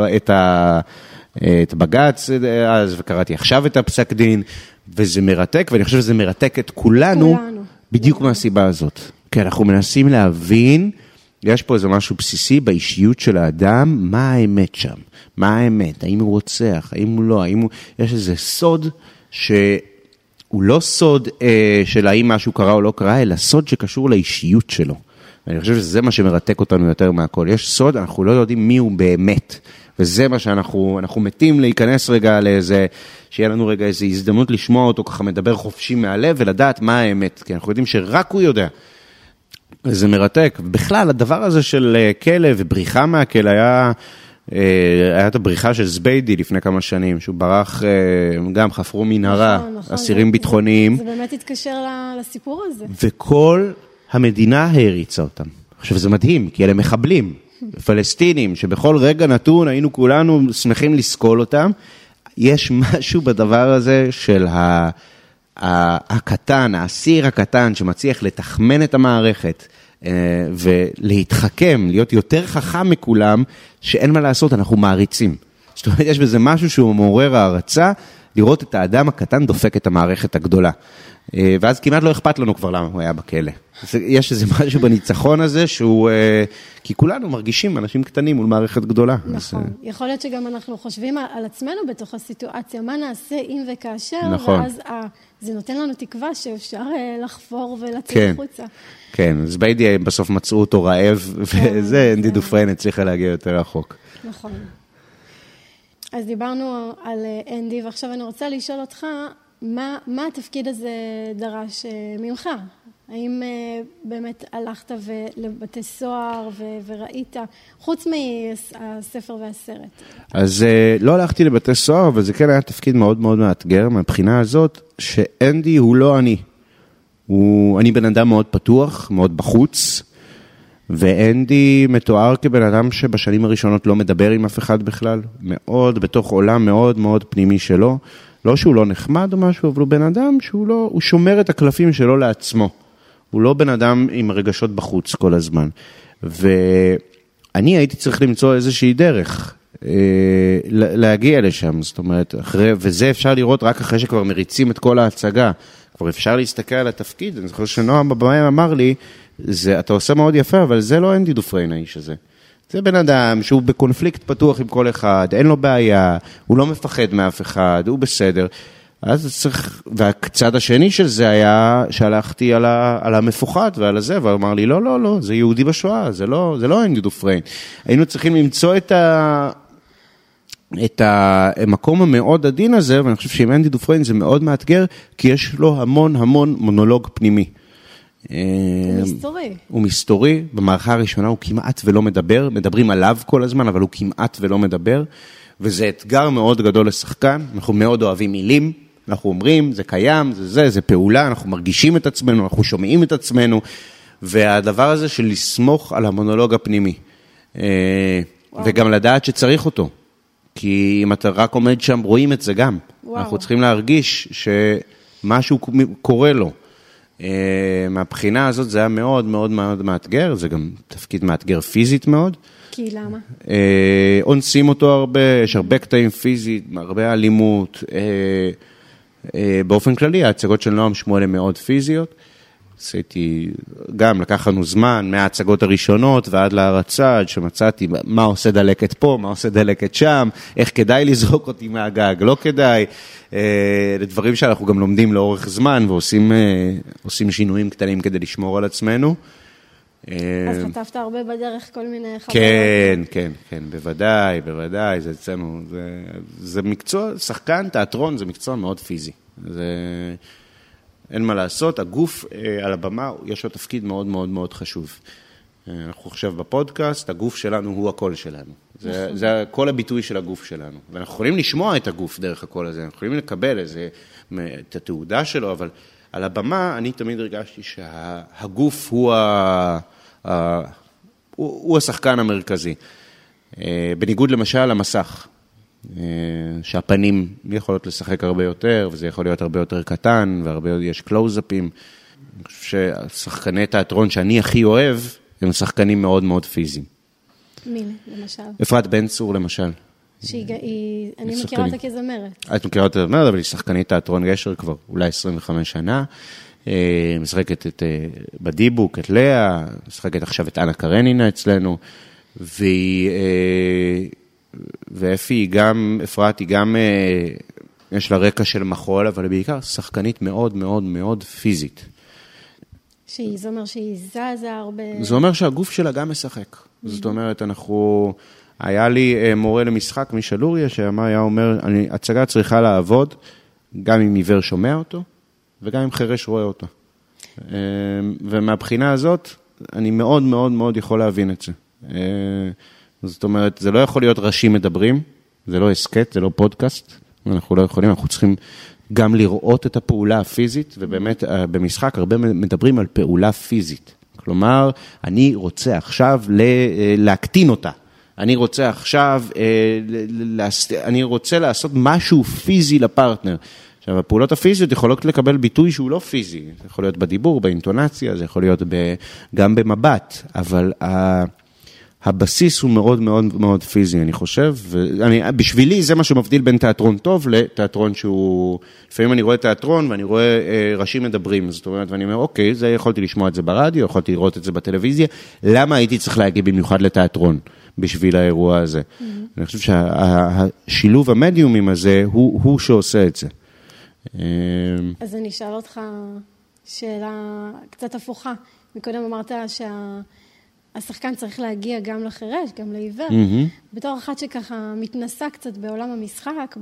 את בג"ץ אז, וקראתי עכשיו את הפסק דין, וזה מרתק, ואני חושב שזה מרתק את כולנו, בדיוק מהסיבה הזאת. כי אנחנו מנסים להבין, יש פה איזה משהו בסיסי באישיות של האדם, מה האמת שם? מה האמת? האם הוא רוצח? האם הוא לא? יש איזה סוד שהוא לא סוד של האם משהו קרה או לא קרה, אלא סוד שקשור לאישיות שלו. ואני חושב שזה מה שמרתק אותנו יותר מהכל. יש סוד, אנחנו לא יודעים מי הוא באמת. וזה מה שאנחנו מתים להיכנס רגע לאיזה, שיהיה לנו רגע איזו הזדמנות לשמוע אותו ככה מדבר חופשי מהלב ולדעת מה האמת. כי אנחנו יודעים שרק הוא יודע. זה מרתק. בכלל, הדבר הזה של כלא ובריחה מהכלא היה את הבריחה של זביידי לפני כמה שנים, שהוא ברח, גם חפרו מנהרה, אסירים ביטחוניים. זה באמת התקשר לסיפור הזה. וכל המדינה העריצה אותם. עכשיו זה מדהים, כי אלה מחבלים, פלסטינים, שבכל רגע נתון היינו כולנו שמחים לסקול אותם. יש משהו בדבר הזה של הקטן, האסיר הקטן, שמצליח לתחמן את המערכת, ולהתחכם, להיות יותר חכם מכולם, שאין מה לעשות, אנחנו מעריצים. זאת אומרת, יש בזה משהו שהוא מעורר הערצה, לראות את האדם הקטן דופק את המערכת הגדולה. ואז כמעט לא אכפת לנו כבר למה הוא היה בכלא. יש איזה משהו בניצחון הזה, שהוא, כי כולנו מרגישים אנשים קטנים מול מערכת גדולה. נכון. יכול להיות שגם אנחנו חושבים על עצמנו בתוך הסיטואציה, מה נעשה אם וכאשר, ואז זה נותן לנו תקווה שאפשר לחפור ולצאת החוצה. כן, אז ביידי בסוף מצאו אותו רעב, וזה אנדי דופרן הצליחה להגיע יותר רחוק. נכון. אז דיברנו על אנדי, ועכשיו אני רוצה לשאול אותך, מה התפקיד הזה דרש ממך? האם באמת הלכת לבתי סוהר וראית, חוץ מהספר והסרט? אז לא הלכתי לבתי סוהר, אבל זה כן היה תפקיד מאוד מאוד מאתגר, מהבחינה הזאת שאנדי הוא לא אני. אני בן אדם מאוד פתוח, מאוד בחוץ, ואנדי מתואר כבן אדם שבשנים הראשונות לא מדבר עם אף אחד בכלל, מאוד בתוך עולם מאוד מאוד פנימי שלו, לא שהוא לא נחמד או משהו, אבל הוא בן אדם הוא שומר את הקלפים שלו לעצמו, הוא לא בן אדם עם רגשות בחוץ כל הזמן, ואני הייתי צריך למצוא איזושהי דרך להגיע לשם, זאת אומרת, וזה אפשר לראות רק אחרי שכבר מריצים את כל ההצגה, כבר אפשר להסתכל על התפקיד, אני זוכר שנועם בבמה אמר לי, אתה עושה מאוד יפה, אבל זה לא אנדי דופריין האיש הזה. זה בן אדם שהוא בקונפליקט פתוח עם כל אחד, אין לו בעיה, הוא לא מפחד מאף אחד, הוא בסדר. אז צריך, והצד השני של זה היה שהלכתי על המפוחד ועל הזה, ואמר לי, לא, זה יהודי בשואה, זה לא אנדי דופריין. היינו צריכים למצוא את המקום המאוד עדין הזה, ואני חושב שעם אנדי דופריין זה מאוד מאתגר, כי יש לו המון מונולוג פנימי. הוא מסתורי. הוא מסתורי, במערכה הראשונה הוא כמעט ולא מדבר, מדברים עליו כל הזמן, אבל הוא כמעט ולא מדבר, וזה אתגר מאוד גדול לשחקן, אנחנו מאוד אוהבים מילים, אנחנו אומרים, זה קיים, זה פעולה, אנחנו מרגישים את עצמנו, אנחנו שומעים את עצמנו, והדבר הזה של לסמוך על המונולוג הפנימי, וגם לדעת שצריך אותו, כי אם אתה רק עומד שם, רואים את זה גם, אנחנו צריכים להרגיש שמשהו קורה לו, מהבחינה הזאת זה היה מאוד מאוד מאוד מאתגר, זה גם תפקיד מאתגר פיזית מאוד. כי למה? אונסים אותו הרבה, יש הרבה קטעים פיזית, הרבה אלימות, באופן כללי, ההצגות של נועם שמואל הן מאוד פיזיות, גם לקח לנו זמן, מההצגות הראשונות ועד להרצה, עד שמצאתי מה עושה דלקת פה, מה עושה דלקת שם, איך כדאי לזרוק אותי מהגג, לא כדאי, לדברים שאנחנו גם לומדים לאורך זמן, ועושים שינויים קטנים כדי לשמור על עצמנו. אז חטפת הרבה בדרך כל מיני חברות. כן, בוודאי, זה אצלנו, זה מקצוע, שחקן, תיאטרון, זה מקצוע מאוד פיזי. אין מה לעשות, הגוף על הבמה, יש לו תפקיד מאוד מאוד מאוד חשוב. אנחנו עכשיו בפודקאסט, הגוף שלנו הוא הקול שלנו. זה כל הביטוי של הגוף שלנו. ואנחנו יכולים לשמוע את הגוף דרך הקול הזה, אנחנו יכולים לקבל את התעודה שלו, אבל על הבמה אני תמיד הרגשתי שהגוף הוא השחקן המרכזי. בניגוד למשל למסך, שהפנים יכולות לשחק הרבה יותר, וזה יכול להיות הרבה יותר קטן, ויש קלוז-אפים. אני חושב ששחקני תיאטרון שאני הכי אוהב, הם שחקנים מאוד מאוד פיזיים. מי למשל? אפרת בן צור למשל. אני מכירה אותה כזמרת. את מכירה אותה כזמרת, אבל היא שחקנית תיאטרון גשר כבר אולי 25 שנה. משחקת בדיבוק, את לאה, משחקת עכשיו את אנה קרנינה אצלנו, ואפי היא גם, אפרת היא גם, יש לה רקע של מחול, אבל בעיקר שחקנית מאוד מאוד מאוד פיזית. זה אומר שהיא זזה הרבה... זה אומר שהגוף שלה גם משחק. זאת אומרת, היה לי מורה למשחק, מישה לוריה, היה אומר, הצגה צריכה לעבוד, גם אם עיוור שומע אותו, וגם אם חירש רואה אותו. ומהבחינה הזאת, אני מאוד מאוד מאוד יכול להבין את זה. זאת אומרת, זה לא יכול להיות ראשים מדברים, זה לא הסקט, זה לא פודקאסט, אנחנו לא יכולים, אנחנו צריכים גם לראות את הפעולה הפיזית, ובאמת במשחק הרבה מדברים על פעולה פיזית. כלומר, אני רוצה עכשיו להקטין אותה. אני רוצה עכשיו, אני רוצה לעשות משהו פיזי לפרטנר. עכשיו, הפעולות הפיזיות יכולות לקבל ביטוי שהוא לא פיזי. זה יכול להיות בדיבור, באינטונציה, זה יכול להיות גם במבט, אבל הבסיס הוא מאוד מאוד מאוד פיזי, אני חושב. בשבילי זה מה שמבדיל בין תיאטרון טוב לתיאטרון שהוא... לפעמים אני רואה תיאטרון ואני רואה ראשים מדברים, זאת אומרת, ואני אומר, אוקיי, זה יכולתי לשמוע את זה ברדיו, יכולתי לראות את זה בטלוויזיה, למה הייתי צריך להגיע במיוחד לתיאטרון בשביל האירוע הזה? אני חושב שהשילוב המדיומים הזה הוא שעושה את זה. אז אני אשאל אותך שאלה קצת הפוכה. מקודם אמרת שהשחקן צריך להגיע גם לחירש, גם לעיוור. בתור אחת שככה מתנסה קצת בעולם המשחק,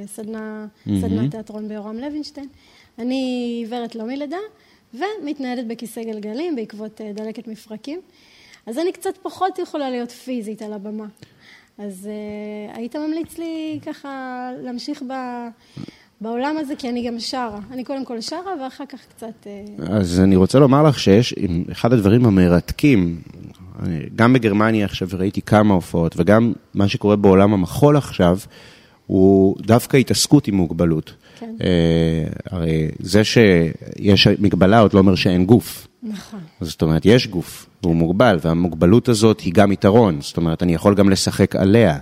בסדנת תיאטרון ביורם לוינשטיין, אני עיוורת לא מלידה, ומתנהלת בכיסא גלגלים בעקבות דלקת מפרקים. אז אני קצת פחות יכולה להיות פיזית על הבמה. אז היית ממליץ לי ככה להמשיך בעולם הזה, כי אני גם שרה. אני קודם כל שרה, ואחר כך קצת... אז אני רוצה לומר לך שיש אחד הדברים המרתקים, גם בגרמניה עכשיו ראיתי כמה הופעות, וגם מה שקורה בעולם המחול עכשיו, הוא דווקא התעסקות עם מוגבלות. כן. הרי זה שיש מגבלה עוד לא אומר שאין גוף. נכון. זאת אומרת, יש גוף, והוא מוגבל, והמוגבלות הזאת היא גם יתרון. זאת אומרת, אני יכול גם לשחק עליה.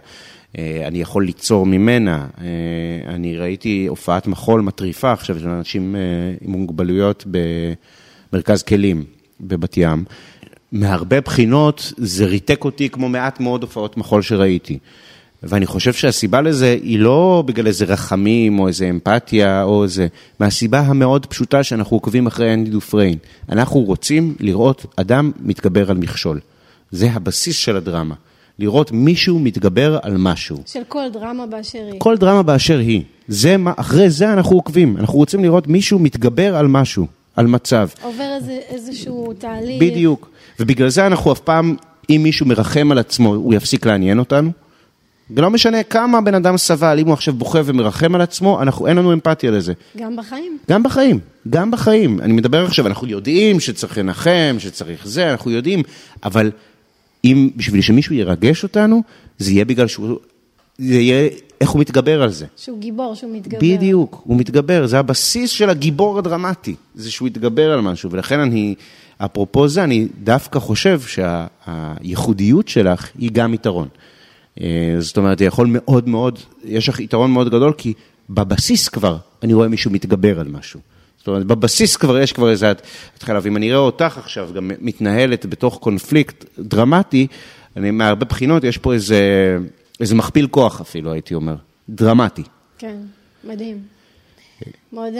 אני יכול ליצור ממנה. אני ראיתי הופעת מחול מטריפה עכשיו של אנשים עם מוגבלויות במרכז כלים בבת ים. מהרבה בחינות זה ריתק אותי כמו מעט מאוד הופעות מחול שראיתי. ואני חושב שהסיבה לזה היא לא בגלל איזה רחמים או איזה אמפתיה או איזה, מהסיבה המאוד פשוטה שאנחנו עוקבים אחרי אנדי דופריין. אנחנו רוצים לראות אדם מתגבר על מכשול. זה הבסיס של הדרמה. לראות מישהו מתגבר על משהו. של כל דרמה באשר היא. כל דרמה באשר היא. אחרי זה אנחנו עוקבים. אנחנו רוצים לראות מישהו מתגבר על משהו, על מצב. עובר איזשהו תהליך. בדיוק. ובגלל זה אנחנו אף פעם, אם מישהו מרחם על עצמו, הוא יפסיק לעניין אותנו. ולא משנה כמה בן אדם סבל, אם הוא עכשיו בוכה ומרחם על עצמו, אין לנו אמפתיה לזה. גם בחיים? גם בחיים. אני מדבר עכשיו, אנחנו יודעים שצריך לנחם, שצריך זה, אנחנו יודעים, אבל אם בשביל שמישהו ירגש אותנו, זה יהיה בגלל זה יהיה איך הוא מתגבר על זה. שהוא גיבור, שהוא מתגבר. בדיוק, הוא מתגבר, זה הבסיס של הגיבור הדרמטי, זה שהוא יתגבר על משהו, ולכן אפרופו זה, אני דווקא חושב שהייחודיות שלך היא גם יתרון. זאת אומרת, יכול מאוד מאוד, יש לך יתרון מאוד גדול, כי בבסיס כבר אני רואה מישהו מתגבר על משהו. זאת אומרת, בבסיס יש כבר איזה התחלה, ואם אני רואה אותך עכשיו גם מתנהלת בתוך קונפליקט דרמטי, מהרבה בחינות יש פה איזה מכפיל כוח אפילו, הייתי אומר, דרמטי. כן, מדהים. מאוד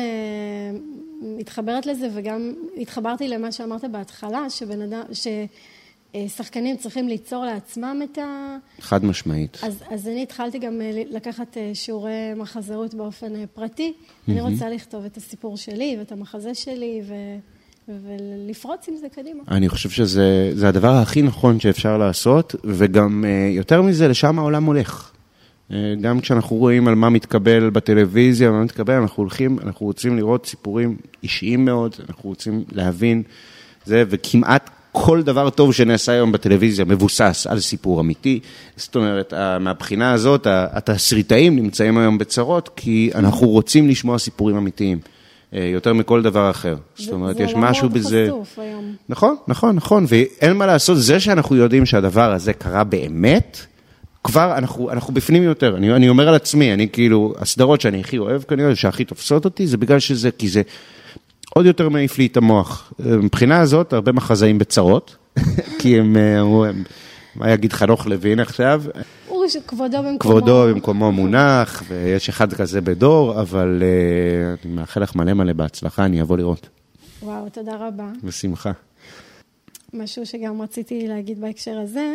מתחברת לזה, וגם התחברתי למה שאמרת בהתחלה, ששחקנים צריכים ליצור לעצמם את חד משמעית. אז אני התחלתי גם לקחת שיעורי מחזרות באופן פרטי. אני רוצה לכתוב את הסיפור שלי ואת המחזה שלי, ולפרוץ עם זה קדימה. אני חושב שזה הדבר הכי נכון שאפשר לעשות, וגם יותר מזה, לשם העולם הולך. גם כשאנחנו רואים על מה מתקבל בטלוויזיה, מה מתקבל, אנחנו רוצים לראות סיפורים אישיים מאוד, אנחנו רוצים להבין זה, וכמעט כל דבר טוב שנעשה היום בטלוויזיה מבוסס על סיפור אמיתי. זאת אומרת, מהבחינה הזאת, התסריטאים נמצאים היום בצרות, כי אנחנו רוצים לשמוע סיפורים אמיתיים, יותר מכל דבר אחר. זאת אומרת, יש משהו בזה. זה עולם מאוד חשוף היום. נכון, ואין מה לעשות, זה שאנחנו יודעים שהדבר הזה קרה באמת, כבר אנחנו בפנים יותר. אני אומר על עצמי, אני כאילו, הסדרות שאני הכי אוהב כנראה, שהכי תופסות אותי, זה בגלל שזה, כי זה עוד יותר מעיף לי את המוח. מבחינה הזאת, הרבה מחזאים בצרות, כי הם, מה יגיד חנוך לוין עכשיו? כבודו במקומו מונח, ויש אחד כזה בדור, אבל אני מאחל לך מלא בהצלחה, אני אבוא לראות. וואו, תודה רבה. בשמחה. משהו שגם רציתי להגיד בהקשר הזה,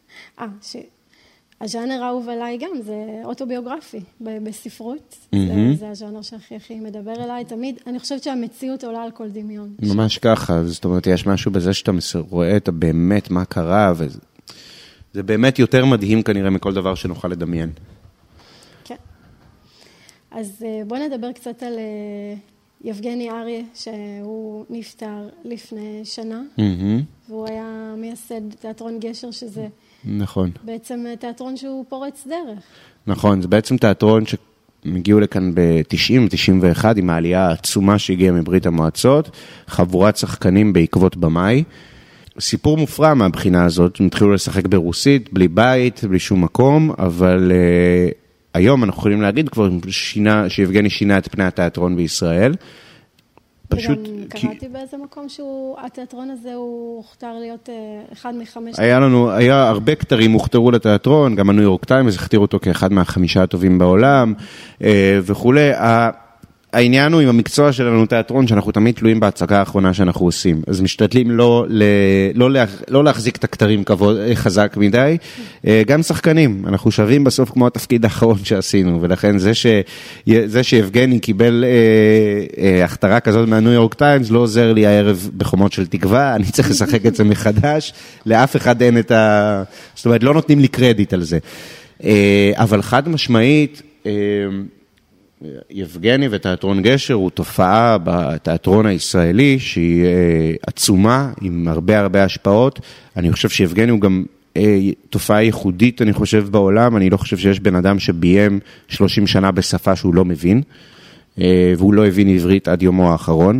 שהז'אנר האהוב עליי גם, זה אוטוביוגרפי בספרות, זה הז'אנר שהכי מדבר אליי, תמיד, אני חושבת שהמציאות עולה על כל דמיון. ממש ככה, זאת אומרת, יש משהו בזה שאתה רואה את באמת מה קרה, זה באמת יותר מדהים כנראה מכל דבר שנוכל לדמיין. כן. אז בוא נדבר קצת על יבגני אריה, שהוא נפטר לפני שנה, והוא היה מייסד תיאטרון גשר, שזה נכון. בעצם תיאטרון שהוא פורץ דרך. נכון, זה בעצם תיאטרון שמגיעו לכאן ב-90-91, עם העלייה העצומה שהגיעה מברית המועצות, חבורת שחקנים בעקבות במאי, סיפור מופרע מהבחינה הזאת, הם התחילו לשחק ברוסית, בלי בית, בלי שום מקום, אבל היום אנחנו יכולים להגיד כבר שיבגני שינה את פני התיאטרון בישראל. פשוט קראתי באיזה מקום שהתיאטרון הזה הוא הוכתר להיות אחד מחמש. היה הרבה כתרים הוכתרו לתיאטרון, גם הניו יורק טיימס הכתיר אותו כאחד מהחמישה הטובים בעולם, וכולי. העניין הוא עם המקצוע שלנו תיאטרון, שאנחנו תמיד תלויים בהצגה האחרונה שאנחנו עושים. אז משתדלים לא להחזיק את הכתרים חזק מדי. גם שחקנים, אנחנו שווים בסוף כמו התפקיד האחרון שעשינו, ולכן זה שיבגני קיבל הכתרה כזאת מהניו יורק טיימס, לא עוזר לי הערב בחומות של תקווה, אני צריך לשחק את זה מחדש, לאף אחד אין זאת אומרת, לא נותנים לי קרדיט על זה. אבל חד משמעית, יבגני ותיאטרון גשר הוא תופעה בתיאטרון הישראלי שהיא עצומה עם הרבה השפעות. אני חושב שיבגני הוא גם תופעה ייחודית, אני חושב בעולם, אני לא חושב שיש בן אדם שביים 30 שנה בשפה שהוא לא מבין, והוא לא הבין עברית עד יומו האחרון.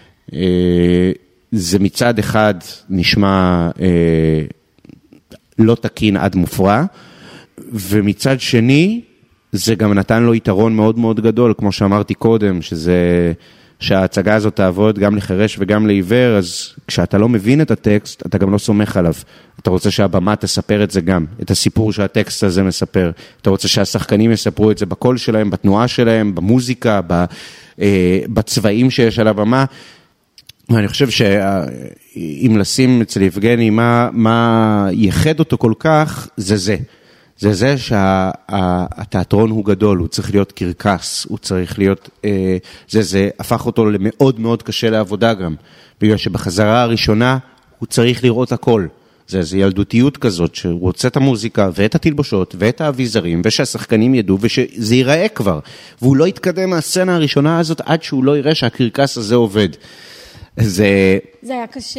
זה מצד אחד נשמע לא תקין עד מופרע, ומצד שני, זה גם נתן לו יתרון מאוד מאוד גדול, כמו שאמרתי קודם, שההצגה הזאת תעבוד גם לחרש וגם לעיוור, אז כשאתה לא מבין את הטקסט, אתה גם לא סומך עליו. אתה רוצה שהבמה תספר את זה גם, את הסיפור שהטקסט הזה מספר. אתה רוצה שהשחקנים יספרו את זה בקול שלהם, בתנועה שלהם, במוזיקה, בצבעים שיש על הבמה. ואני חושב שאם לשים אצל יבגני, מה ייחד אותו כל כך, זה שהתיאטרון הוא גדול, הוא צריך להיות קרקס, הוא צריך להיות, זה הפך אותו למאוד מאוד קשה לעבודה גם, בגלל שבחזרה הראשונה הוא צריך לראות הכל. זה ילדותיות כזאת, שהוא רוצה את המוזיקה ואת התלבושות ואת האביזרים, ושהשחקנים ידעו ושזה ייראה כבר, והוא לא יתקדם מהסצנה הראשונה הזאת עד שהוא לא יראה שהקרקס הזה עובד. זה היה קשה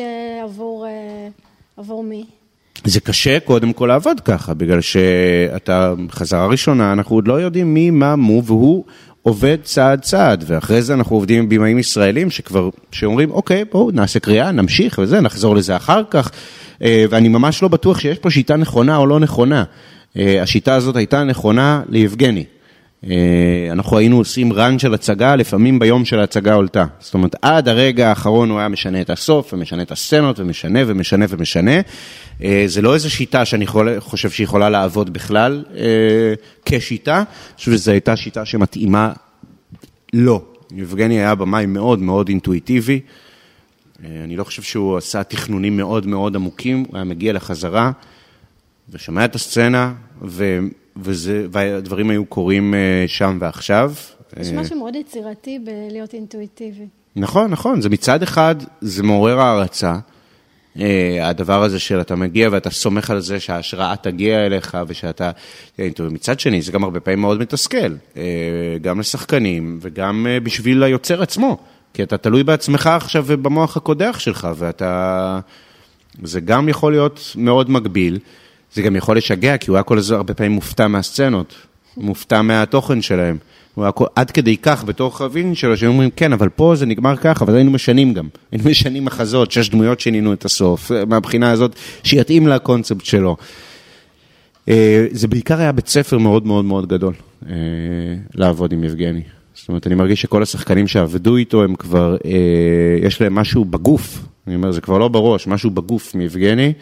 עבור מי? זה קשה קודם כל לעבוד ככה, בגלל שאתה חזרה ראשונה, אנחנו עוד לא יודעים מי, מה, מו, והוא עובד צעד צעד, ואחרי זה אנחנו עובדים עם בימאים ישראלים שאומרים, אוקיי, בואו נעשה קריאה, נמשיך וזה, נחזור לזה אחר כך, ואני ממש לא בטוח שיש פה שיטה נכונה או לא נכונה. השיטה הזאת הייתה נכונה ליבגני. אנחנו היינו עושים רן של הצגה, לפעמים ביום של ההצגה עולתה. זאת אומרת, עד הרגע האחרון הוא היה משנה את הסוף, ומשנה את הסצנות, ומשנה ומשנה ומשנה. זה לא איזו שיטה שאני חושב שהיא יכולה לעבוד בכלל כשיטה, שזו הייתה שיטה שמתאימה לא. יבגני היה במאי מאוד מאוד אינטואיטיבי, אני לא חושב שהוא עשה תכנונים מאוד מאוד עמוקים, הוא היה מגיע לחזרה, ושמע את הסצנה, והדברים היו קורים שם ועכשיו. יש משהו מאוד יצירתי בלהיות אינטואיטיבי. נכון, נכון. זה מצד אחד, זה מעורר הערצה. הדבר הזה של אתה מגיע ואתה סומך על זה שההשראה תגיע אליך ושאתה... מצד שני, זה גם הרבה פעמים מאוד מתסכל. גם לשחקנים וגם בשביל היוצר עצמו. כי אתה תלוי בעצמך עכשיו ובמוח הקודח שלך, ואתה... זה גם יכול להיות מאוד מגביל. זה גם יכול לשגע, כי הוא היה כל הזמן הרבה פעמים מופתע מהסצנות, מופתע מהתוכן שלהם. הוא היה עד כדי כך בתוך הווין שלו, שהם אומרים, כן, אבל פה זה נגמר כך, אבל היינו משנים גם. היינו משנים מחזות, 6 דמויות שינינו את הסוף, מהבחינה הזאת, שיתאים לקונספט שלו. זה בעיקר היה בית ספר מאוד מאוד מאוד גדול, לעבוד עם יבגני. זאת אומרת, אני מרגיש שכל השחקנים שעבדו איתו, הם כבר, יש להם משהו בגוף, אני אומר, זה כבר לא בראש, משהו בגוף מיבגני,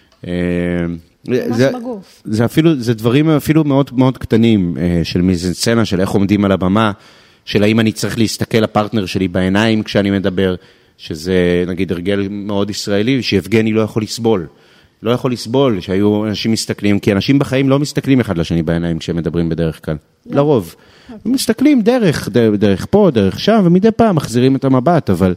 זה דברים אפילו מאוד מאוד קטנים של מיזנסצנה, של איך עומדים על הבמה, של האם אני צריך להסתכל לפרטנר שלי בעיניים כשאני מדבר, שזה נגיד הרגל מאוד ישראלי, שיבגני לא יכול לסבול. לא יכול לסבול שהיו אנשים מסתכלים, כי אנשים בחיים לא מסתכלים אחד לשני בעיניים כשהם מדברים בדרך כלל. לרוב. הם מסתכלים דרך פה, דרך שם, ומדי פעם מחזירים את המבט, אבל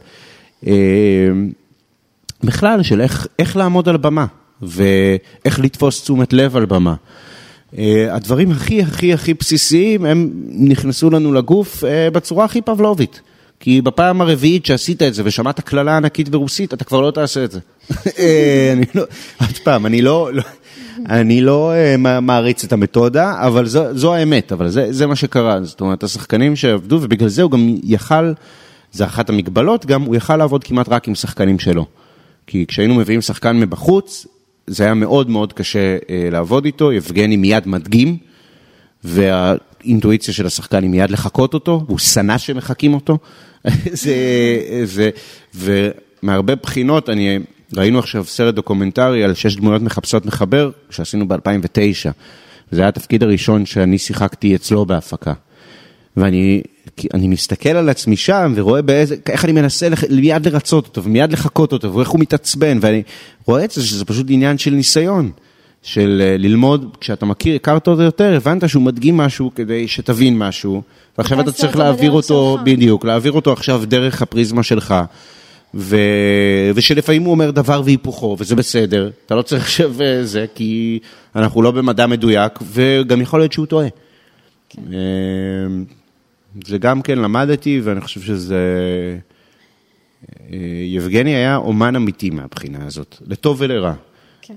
בכלל של איך לעמוד על במה. ואיך לתפוס תשומת לב על במה. הדברים הכי הכי הכי בסיסיים, הם נכנסו לנו לגוף בצורה הכי פבלובית. כי בפעם הרביעית שעשית את זה, ושמעת כללה ענקית ברוסית, אתה כבר לא תעשה את זה. עוד פעם, אני לא מעריץ את המתודה, אבל זו האמת, אבל זה מה שקרה. זאת אומרת, השחקנים שעבדו, ובגלל זה הוא גם יכל, זה אחת המגבלות, גם הוא יכל לעבוד כמעט רק עם שחקנים שלו. כי כשהיינו מביאים שחקן מבחוץ, זה היה מאוד מאוד קשה לעבוד איתו, יבגני מיד מדגים, והאינטואיציה של השחקן היא מיד לחכות אותו, והוא שנא שמחכים אותו, ומהרבה בחינות, ראינו עכשיו סרט דוקומנטרי על 6 דמויות מחפשות מחבר, שעשינו ב-2009, וזה היה התפקיד הראשון שאני שיחקתי אצלו בהפקה, ואני מסתכל על עצמי שם, ורואה איך אני מנסה מיד לרצות אותו, ומיד לחכות אותו, ואיך הוא מתעצבן, ואני רואה את זה שזה פשוט עניין של ניסיון, של ללמוד, כשאתה הכרת אותו יותר, הבנת שהוא מדגים משהו כדי שתבין משהו, ועכשיו אתה צריך להעביר אותו, בדיוק, להעביר אותו עכשיו דרך הפריזמה שלך, ושלפעמים הוא אומר דבר והיפוכו, וזה בסדר, אתה לא צריך עכשיו זה, כי אנחנו לא במדע מדויק, וגם יכול להיות שהוא טועה. זה גם כן למדתי, ואני חושב שזה... יבגני היה אומן אמיתי מהבחינה הזאת, לטוב ולרע. כן.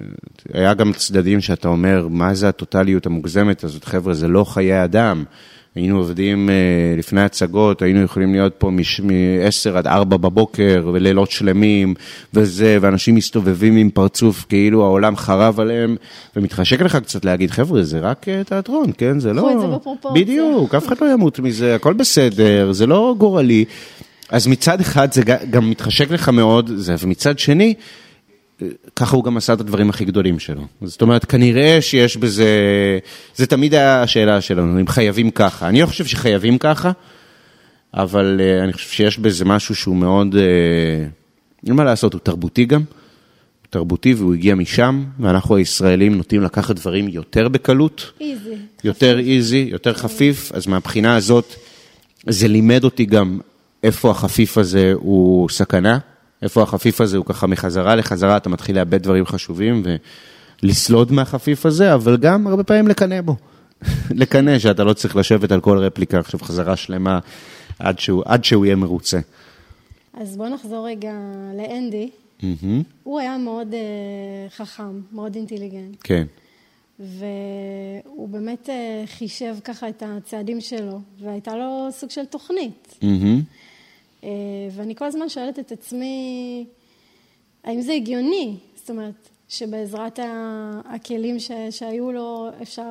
היה גם צדדים שאתה אומר, מה זה הטוטליות המוגזמת הזאת? חבר'ה, זה לא חיי אדם. היינו עובדים לפני הצגות, היינו יכולים להיות פה מ-10 עד 4 בבוקר, ולילות שלמים, וזה, ואנשים מסתובבים עם פרצוף, כאילו העולם חרב עליהם, ומתחשק לך קצת להגיד, חבר'ה, זה רק תיאטרון, כן? זה לא... קחו את זה בפרופורציה. בדיוק, אף אחד לא ימות מזה, הכל בסדר, זה לא גורלי. אז מצד אחד זה גם מתחשק לך מאוד, ומצד שני, ככה הוא גם עשה את הדברים הכי גדולים שלו. זאת אומרת, כנראה שיש בזה, זה תמיד השאלה שלנו, אם חייבים ככה. אני לא חושב שחייבים ככה, אבל אני חושב שיש בזה משהו שהוא מאוד, אין מה לעשות, הוא תרבותי גם, תרבותי והוא הגיע משם, ואנחנו הישראלים נוטים לקחת דברים יותר בקלות, יותר איזי, יותר חפיף, אז מהבחינה הזאת, זה לימד אותי גם איפה החפיף הזה הוא סכנה, איפה החפיף הזה הוא ככה מחזרה לחזרה, אתה מתחיל לאבד דברים חשובים ולסלוד מהחפיף הזה, אבל גם הרבה פעמים לקנא בו. לקנא שאתה לא צריך לשבת על כל רפליקה, עכשיו חזרה שלמה עד שהוא יהיה מרוצה. אז בוא נחזור רגע לאנדי. הוא היה מאוד חכם, מאוד אינטליגנט. כן. והוא באמת חישב ככה את הצעדים שלו, והייתה לו סוג של תוכנית. ואני כל הזמן שואלת את עצמי, האם זה הגיוני? זאת אומרת, שבעזרת הכלים שהיו לו אפשר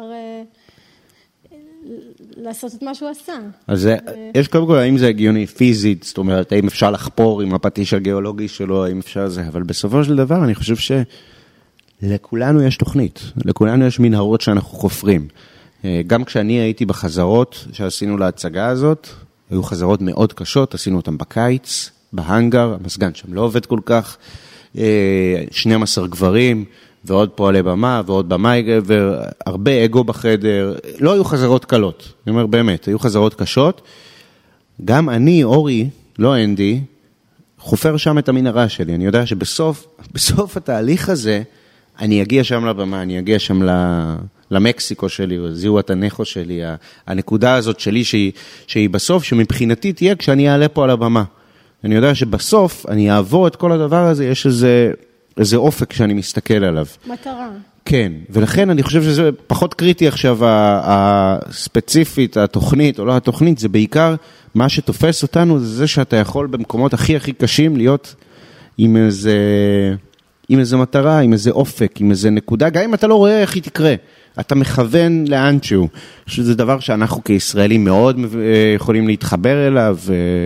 לעשות את מה שהוא עשה. אז יש קודם כל, האם זה הגיוני פיזית, זאת אומרת, האם אפשר לחפור עם הפטיש הגיאולוגי שלו, האם אפשר זה, אבל בסופו של דבר אני חושב שלכולנו יש תוכנית, לכולנו יש מנהרות שאנחנו חופרים. גם כשאני הייתי בחזרות שעשינו להצגה הזאת, היו חזרות מאוד קשות, עשינו אותם בקיץ, בהנגר, המסגן שם לא עובד כל כך, 12 גברים, ועוד פועלי במה, ועוד במאי גבר, הרבה אגו בחדר, לא היו חזרות קלות, אני אומר באמת, היו חזרות קשות, גם אני, אורי, לא אנדי, חופר שם את המנהרה שלי, אני יודע שבסוף התהליך הזה, אני אגיע שם לבמה, אני אגיע שם למקסיקו שלי, או זיהו התנכו שלי, הנקודה הזאת שלי שהיא בסוף, שמבחינתי תהיה כשאני אעלה פה על הבמה. אני יודע שבסוף אני אעבור את כל הדבר הזה, יש איזה אופק שאני מסתכל עליו. מטרה. כן, ולכן אני חושב שזה פחות קריטי עכשיו, הספציפית, התוכנית או לא התוכנית, זה בעיקר מה שתופס אותנו, זה שאתה יכול במקומות הכי הכי קשים להיות עם איזה מטרה, עם איזה אופק, עם איזה נקודה, גם אם אתה לא רואה איך היא תקרה, אתה מכוון לאנשהו, שזה דבר שאנחנו כישראלים מאוד יכולים להתחבר אליו,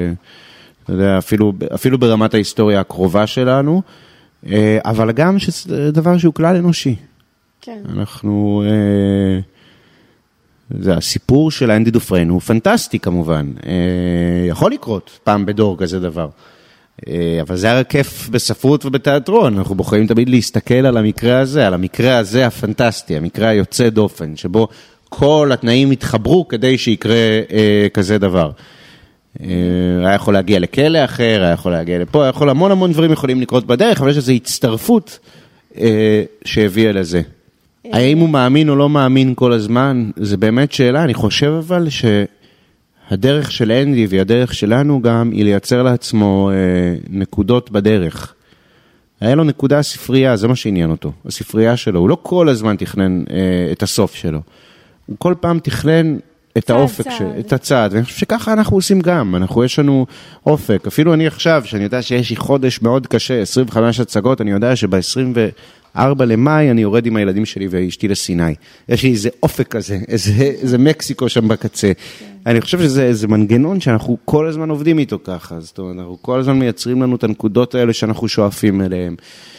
אפילו ברמת ההיסטוריה הקרובה שלנו, אבל גם שזה דבר שהוא כלל אנושי. כן. אנחנו, זה הסיפור של אנדי דופרן, הוא פנטסטי כמובן, יכול לקרות פעם בדור כזה דבר. אבל זה היה כיף בספרות ובתיאטרון, אנחנו בוחרים תמיד להסתכל על המקרה הזה הפנטסטי, המקרה היוצא דופן, שבו כל התנאים התחברו כדי שיקרה כזה דבר. היה יכול להגיע לכלא אחר, היה יכול להגיע לפה, היה יכול המון דברים יכולים לקרות בדרך, אבל יש איזו הצטרפות שהביאה לזה. האם הוא מאמין או לא מאמין כל הזמן, זה באמת שאלה, אני חושב אבל הדרך של אנדי והדרך שלנו גם היא לייצר לעצמו נקודות בדרך. היה לו נקודה ספרייה, זה מה שעניין אותו, הספרייה שלו. הוא לא כל הזמן תכנן את הסוף שלו. הוא כל פעם תכנן את האופק, את הצעד. ואני חושב שככה אנחנו עושים גם. יש לנו אופק. אפילו אני עכשיו, שאני יודע שיש לי חודש מאוד קשה, 25 הצגות, אני יודע שב-24 למאי אני יורד עם הילדים שלי ואשתי לסיני. יש לי איזה אופק כזה, איזה מקסיקו שם בקצה. אני חושב שזה מנגנון שאנחנו כל הזמן עובדים איתו ככה. זאת אומרת, אנחנו כל הזמן מייצרים לנו את הנקודות האלה שאנחנו שואפים אליהם.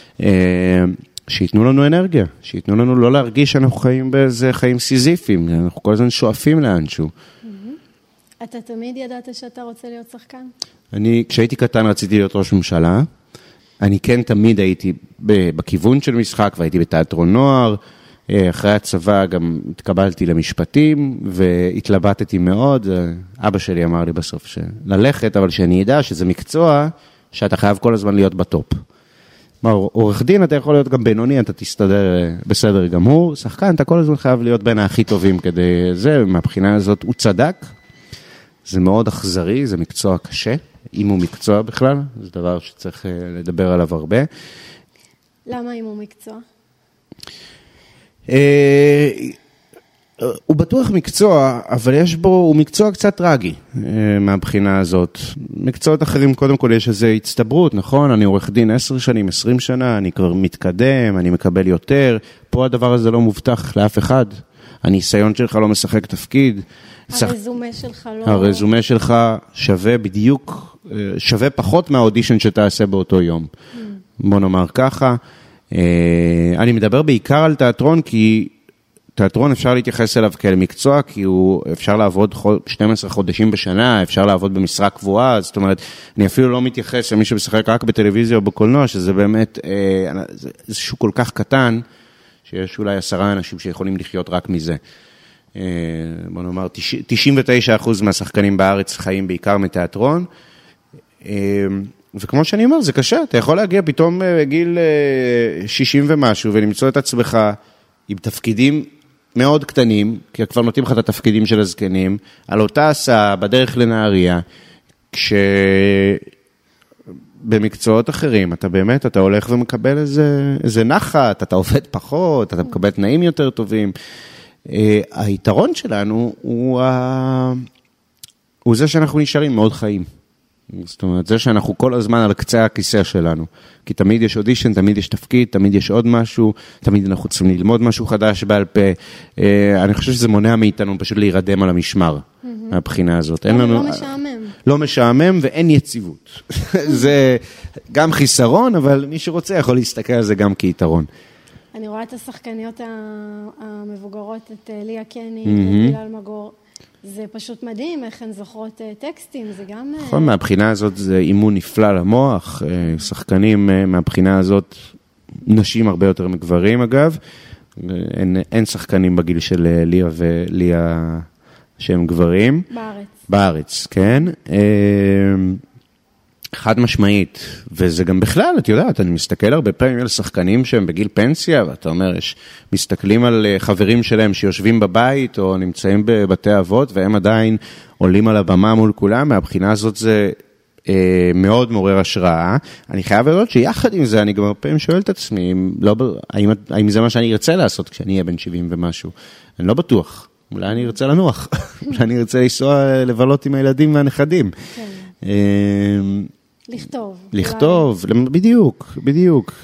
שיתנו לנו אנרגיה, שיתנו לנו לא להרגיש שאנחנו חיים באיזה חיים סיזיפיים, אנחנו כל הזמן שואפים לאנשהו. אתה תמיד ידעת שאתה רוצה להיות שחקן? כשהייתי קטן רציתי להיות ראש ממשלה, אני כן תמיד הייתי בכיוון של משחק, והייתי בתיאטרון נוער, אחרי הצבא גם התקבלתי למשפטים, והתלבטתי מאוד, אבא שלי אמר לי בסוף ללכת, אבל שאני ידע שזה מקצוע שאתה חייב כל הזמן להיות בטופ. עורך דין אתה יכול להיות גם בינוני, אתה תסתדר בסדר גמור, שחקן אתה כל הזמן חייב להיות בין הכי טובים כדי זה, מהבחינה הזאת הוא צדק, זה מאוד אכזרי, זה מקצוע קשה, אם הוא מקצוע בכלל, זה דבר שצריך לדבר עליו הרבה. למה אם הוא מקצוע? הוא בטוח מקצוע, אבל יש בו, הוא מקצוע קצת טרגי מהבחינה הזאת. מקצועות אחרים, קודם כל יש איזו הצטברות, נכון? אני עורך דין 10 שנים, 20 שנה, אני כבר מתקדם, אני מקבל יותר. פה הדבר הזה לא מובטח לאף אחד. הניסיון שלך לא משחק תפקיד. הרזומה שלך לא... הרזומה שלך שווה בדיוק, שווה פחות מהאודישן שתעשה באותו יום. בוא נאמר ככה. אני מדבר בעיקר על תיאטרון, כי תיאטרון אפשר להתייחס אליו כאל מקצוע, כי אפשר לעבוד 12 חודשים בשנה, אפשר לעבוד במשרה קבועה, זאת אומרת, אני אפילו לא מתייחס למי שמשחק רק בטלוויזיה או בקולנוע, שזה באמת איזשהו כל כך קטן, שיש אולי 10 אנשים שיכולים לחיות רק מזה. בוא נאמר, 99% מהשחקנים בארץ חיים בעיקר מתיאטרון, וכמו שאני אומר, זה קשה, אתה יכול להגיע פתאום בגיל 60 ומשהו, ולמצוא את עצמך עם תפקידים מאוד קטנים, כי כבר נותנים לך את התפקידים של הזקנים, על אותה הסעה, בדרך לנהריה, כשבמקצועות אחרים, אתה באמת, אתה הולך ומקבל איזה נחת, אתה עובד פחות, אתה מקבל תנאים יותר טובים. היתרון שלנו הוא זה שאנחנו נשארים מאוד חיים. זאת אומרת, זה שאנחנו כל הזמן על קצה הכיסא שלנו, כי תמיד יש אודישן, תמיד יש תפקיד, תמיד יש עוד משהו, תמיד אנחנו צריכים ללמוד משהו חדש בעל פה. אני חושב שזה מונע מאיתנו פשוט להירדם על המשמר, מהבחינה הזאת. לא משעמם. לא משעמם ואין יציבות. זה גם חיסרון, אבל מי שרוצה יכול להסתכל על זה גם כיתרון. אני רואה את השחקניות המבוגרות, את ליה קני, את גיל אלמגור, זה פשוט מדהים, איך הן זוכרות טקסטים, זה גם... נכון, מהבחינה הזאת זה אימון נפלא למוח, שחקנים מהבחינה הזאת, נשים הרבה יותר מגברים אגב, אין שחקנים בגיל של ליה וליה שהם גברים. בארץ. בארץ, כן. חד משמעית, וזה גם בכלל, את יודעת, אני מסתכל הרבה פעמים על שחקנים שהם בגיל פנסיה, ואתה אומר, מסתכלים על חברים שלהם שיושבים בבית, או נמצאים בבתי אבות, והם עדיין עולים על הבמה מול כולם, מהבחינה הזאת זה מאוד מעורר השראה. אני חייב לדעת שיחד עם זה, אני גם הרבה פעמים שואל את עצמי, האם זה מה שאני ארצה לעשות כשאני אהיה בן 70 ומשהו? אני לא בטוח. אולי אני ארצה לנוח, אולי אני ארצה לנסוע לבלות עם הילדים והנכדים. כן. לכתוב, בדיוק.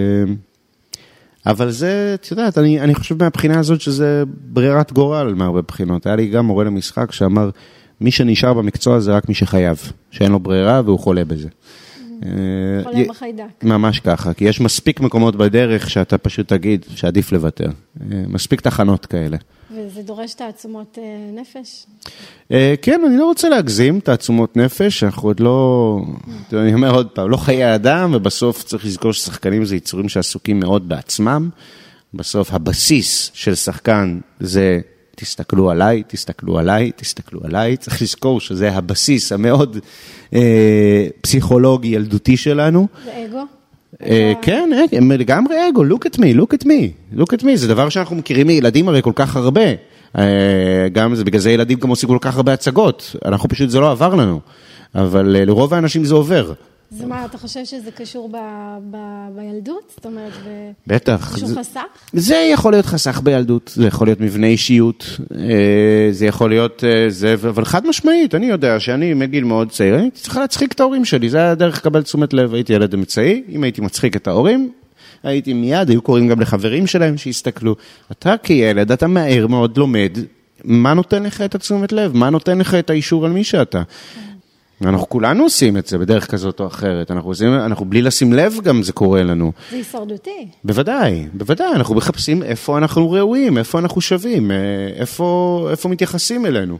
אבל זה, את יודעת, אני חושב מהבחינה הזאת שזה ברירת גורל מהרבה בחינות. היה לי גם מורה למשחק שאמר, מי שנשאר במקצוע זה רק מי שחייב, שאין לו ברירה והוא חולה בזה. חולה בחיידק. ממש ככה, כי יש מספיק מקומות בדרך שאתה פשוט תגיד שעדיף לוותר. מספיק תחנות כאלה. וזה דורש תעצומות נפש? כן, אני לא רוצה להגזים תעצומות נפש, אנחנו עוד לא, אני אומר עוד פעם, לא חיי אדם, ובסוף צריך לזכור ששחקנים זה יצורים שעסוקים מאוד בעצמם. בסוף הבסיס של שחקן זה תסתכלו עליי, תסתכלו עליי, תסתכלו עליי. צריך לזכור שזה הבסיס המאוד פסיכולוגי, ילדותי שלנו. זה אגו? כן, לגמרי אגו, look at me, זה דבר שאנחנו מכירים מילדים הרי כל כך הרבה, גם זה, בגלל זה ילדים גם עושים כל כך הרבה הצגות, אנחנו פשוט, זה לא עבר לנו, אבל לרוב האנשים זה עובר. זה מה, אתה חושב שזה קשור בילדות? זאת אומרת, בטח. קשור חסך? זה יכול להיות חסך בילדות, זה יכול להיות מבנה אישיות, זה יכול להיות, אבל חד משמעית, אני יודע שאני מגיל מאוד צעיר, אני צריכה להצחיק את ההורים שלי, זה היה דרך לקבל תשומת לב, הייתי ילד אמצעי, אם הייתי מצחיק את ההורים, הייתי מיד, היו קוראים גם לחברים שלהם שיסתכלו, אתה כילד, אתה מהר מאוד לומד, מה נותן לך את התשומת לב? מה נותן לך את האישור על מי שאתה? אנחנו כולנו עושים את זה בדרך כזאת או אחרת, אנחנו בלי לשים לב גם זה קורה לנו. זה הישרדותי. בוודאי, אנחנו מחפשים איפה אנחנו ראויים, איפה אנחנו שווים, איפה מתייחסים אלינו.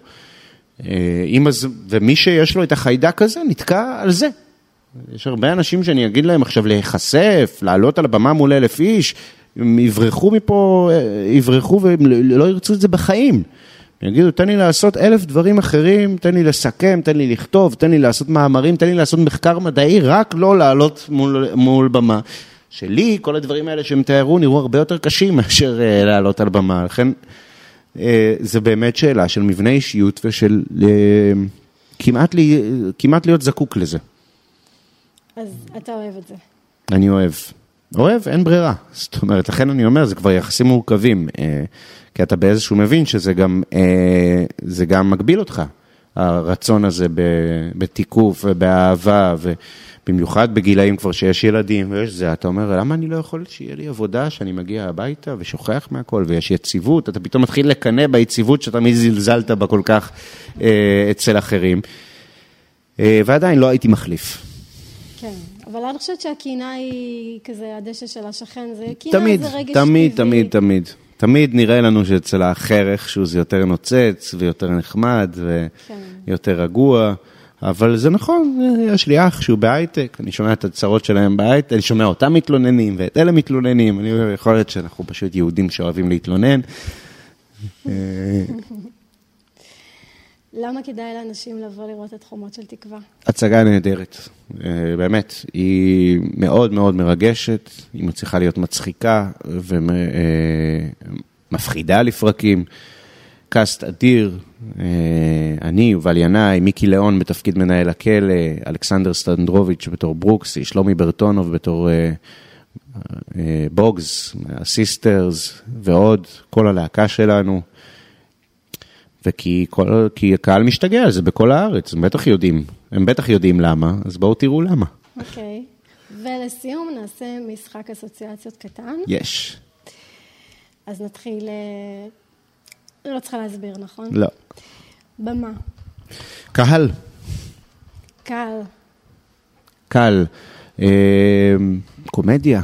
ומי שיש לו את החיידק הזה נתקע על זה. יש הרבה אנשים שאני אגיד להם עכשיו להיחשף, לעלות על הבמה מול 1,000 איש, הם יברחו מפה, והם לא ירצו את זה בחיים. יגידו, תן לי לעשות 1,000 דברים אחרים, תן לי לסכם, תן לי לכתוב, תן לי לעשות מאמרים, תן לי לעשות מחקר מדעי, רק לא לעלות מול במה. שלי, כל הדברים האלה שהם תיארו, נראו הרבה יותר קשים מאשר לעלות על במה. לכן, זה באמת שאלה של מבנה אישיות ושל כמעט להיות זקוק לזה. אז אתה אוהב את זה. אני אוהב. אוהב, אין ברירה. זאת אומרת, לכן אני אומר, זה כבר יחסים מורכבים, כי אתה באיזשהו מבין שזה גם מגביל אותך, הרצון הזה בתיקוף ובאהבה, ובמיוחד בגילאים כבר שיש ילדים ויש זה, אתה אומר, למה אני לא יכול שיהיה לי עבודה, שאני מגיע הביתה ושוכח מהכל, ויש יציבות, אתה פתאום מתחיל לקנא ביציבות שאתה זלזלת בה כל כך אצל אחרים, ועדיין לא הייתי מחליף. כן, אבל אני חושבת שהקינה היא כזה הדשא של השכן, זה קינה, זה רגש טבעי. תמיד נראה לנו שאצל האחר איכשהו זה יותר נוצץ ויותר נחמד ויותר רגוע, אבל זה נכון, יש לי אח שהוא בהייטק, אני שומע את הצרות שלהם בהייטק, אני שומע אותם מתלוננים ואת אלה מתלוננים, אני יכול להיות שאנחנו פשוט יהודים שאוהבים להתלונן. למה כדאי לאנשים לבוא לראות את חומות של תקווה? הצגה נהדרת, באמת, היא מאוד מאוד מרגשת, היא מצליחה להיות מצחיקה ומפחידה לפרקים, קאסט אדיר, אני, יובל ינאי, מיקי ליאון בתפקיד מנהל הכלא, אלכסנדר סטנדרוביץ' בתור ברוקסי, שלומי ברטונוב בתור בוגס, הסיסטרס ועוד, כל הלהקה שלנו, כי הקהל משתגע, זה בכל הארץ, הם בטח יודעים למה, אז בואו תראו למה. אוקיי, ולסיום נעשה משחק אסוציאציות קטן. יש. אז נתחיל, לא צריכה להסביר, נכון? לא. במה? קהל. קהל. קומדיה.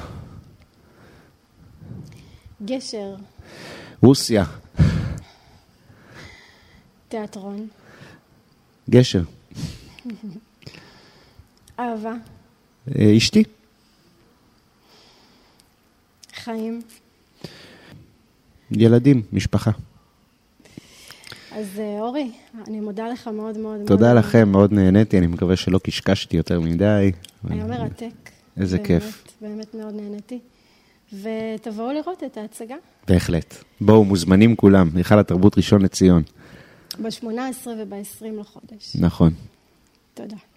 גשר. רוסיה. תיאטרון. גשר. אהבה. אשתי. חיים. ילדים, משפחה. אז אורי, אני מודה לך מאוד מאוד. תודה לכם, מאוד נהניתי, אני מקווה שלא קשקשתי יותר מדי. היה מרתק. איזה כיף. באמת מאוד נהניתי. ותבואו לראות את ההצגה. בהחלט. בואו, מוזמנים כולם, היכל התרבות ראשון לציון. ב-18 וב-20 לחודש. נכון. תודה.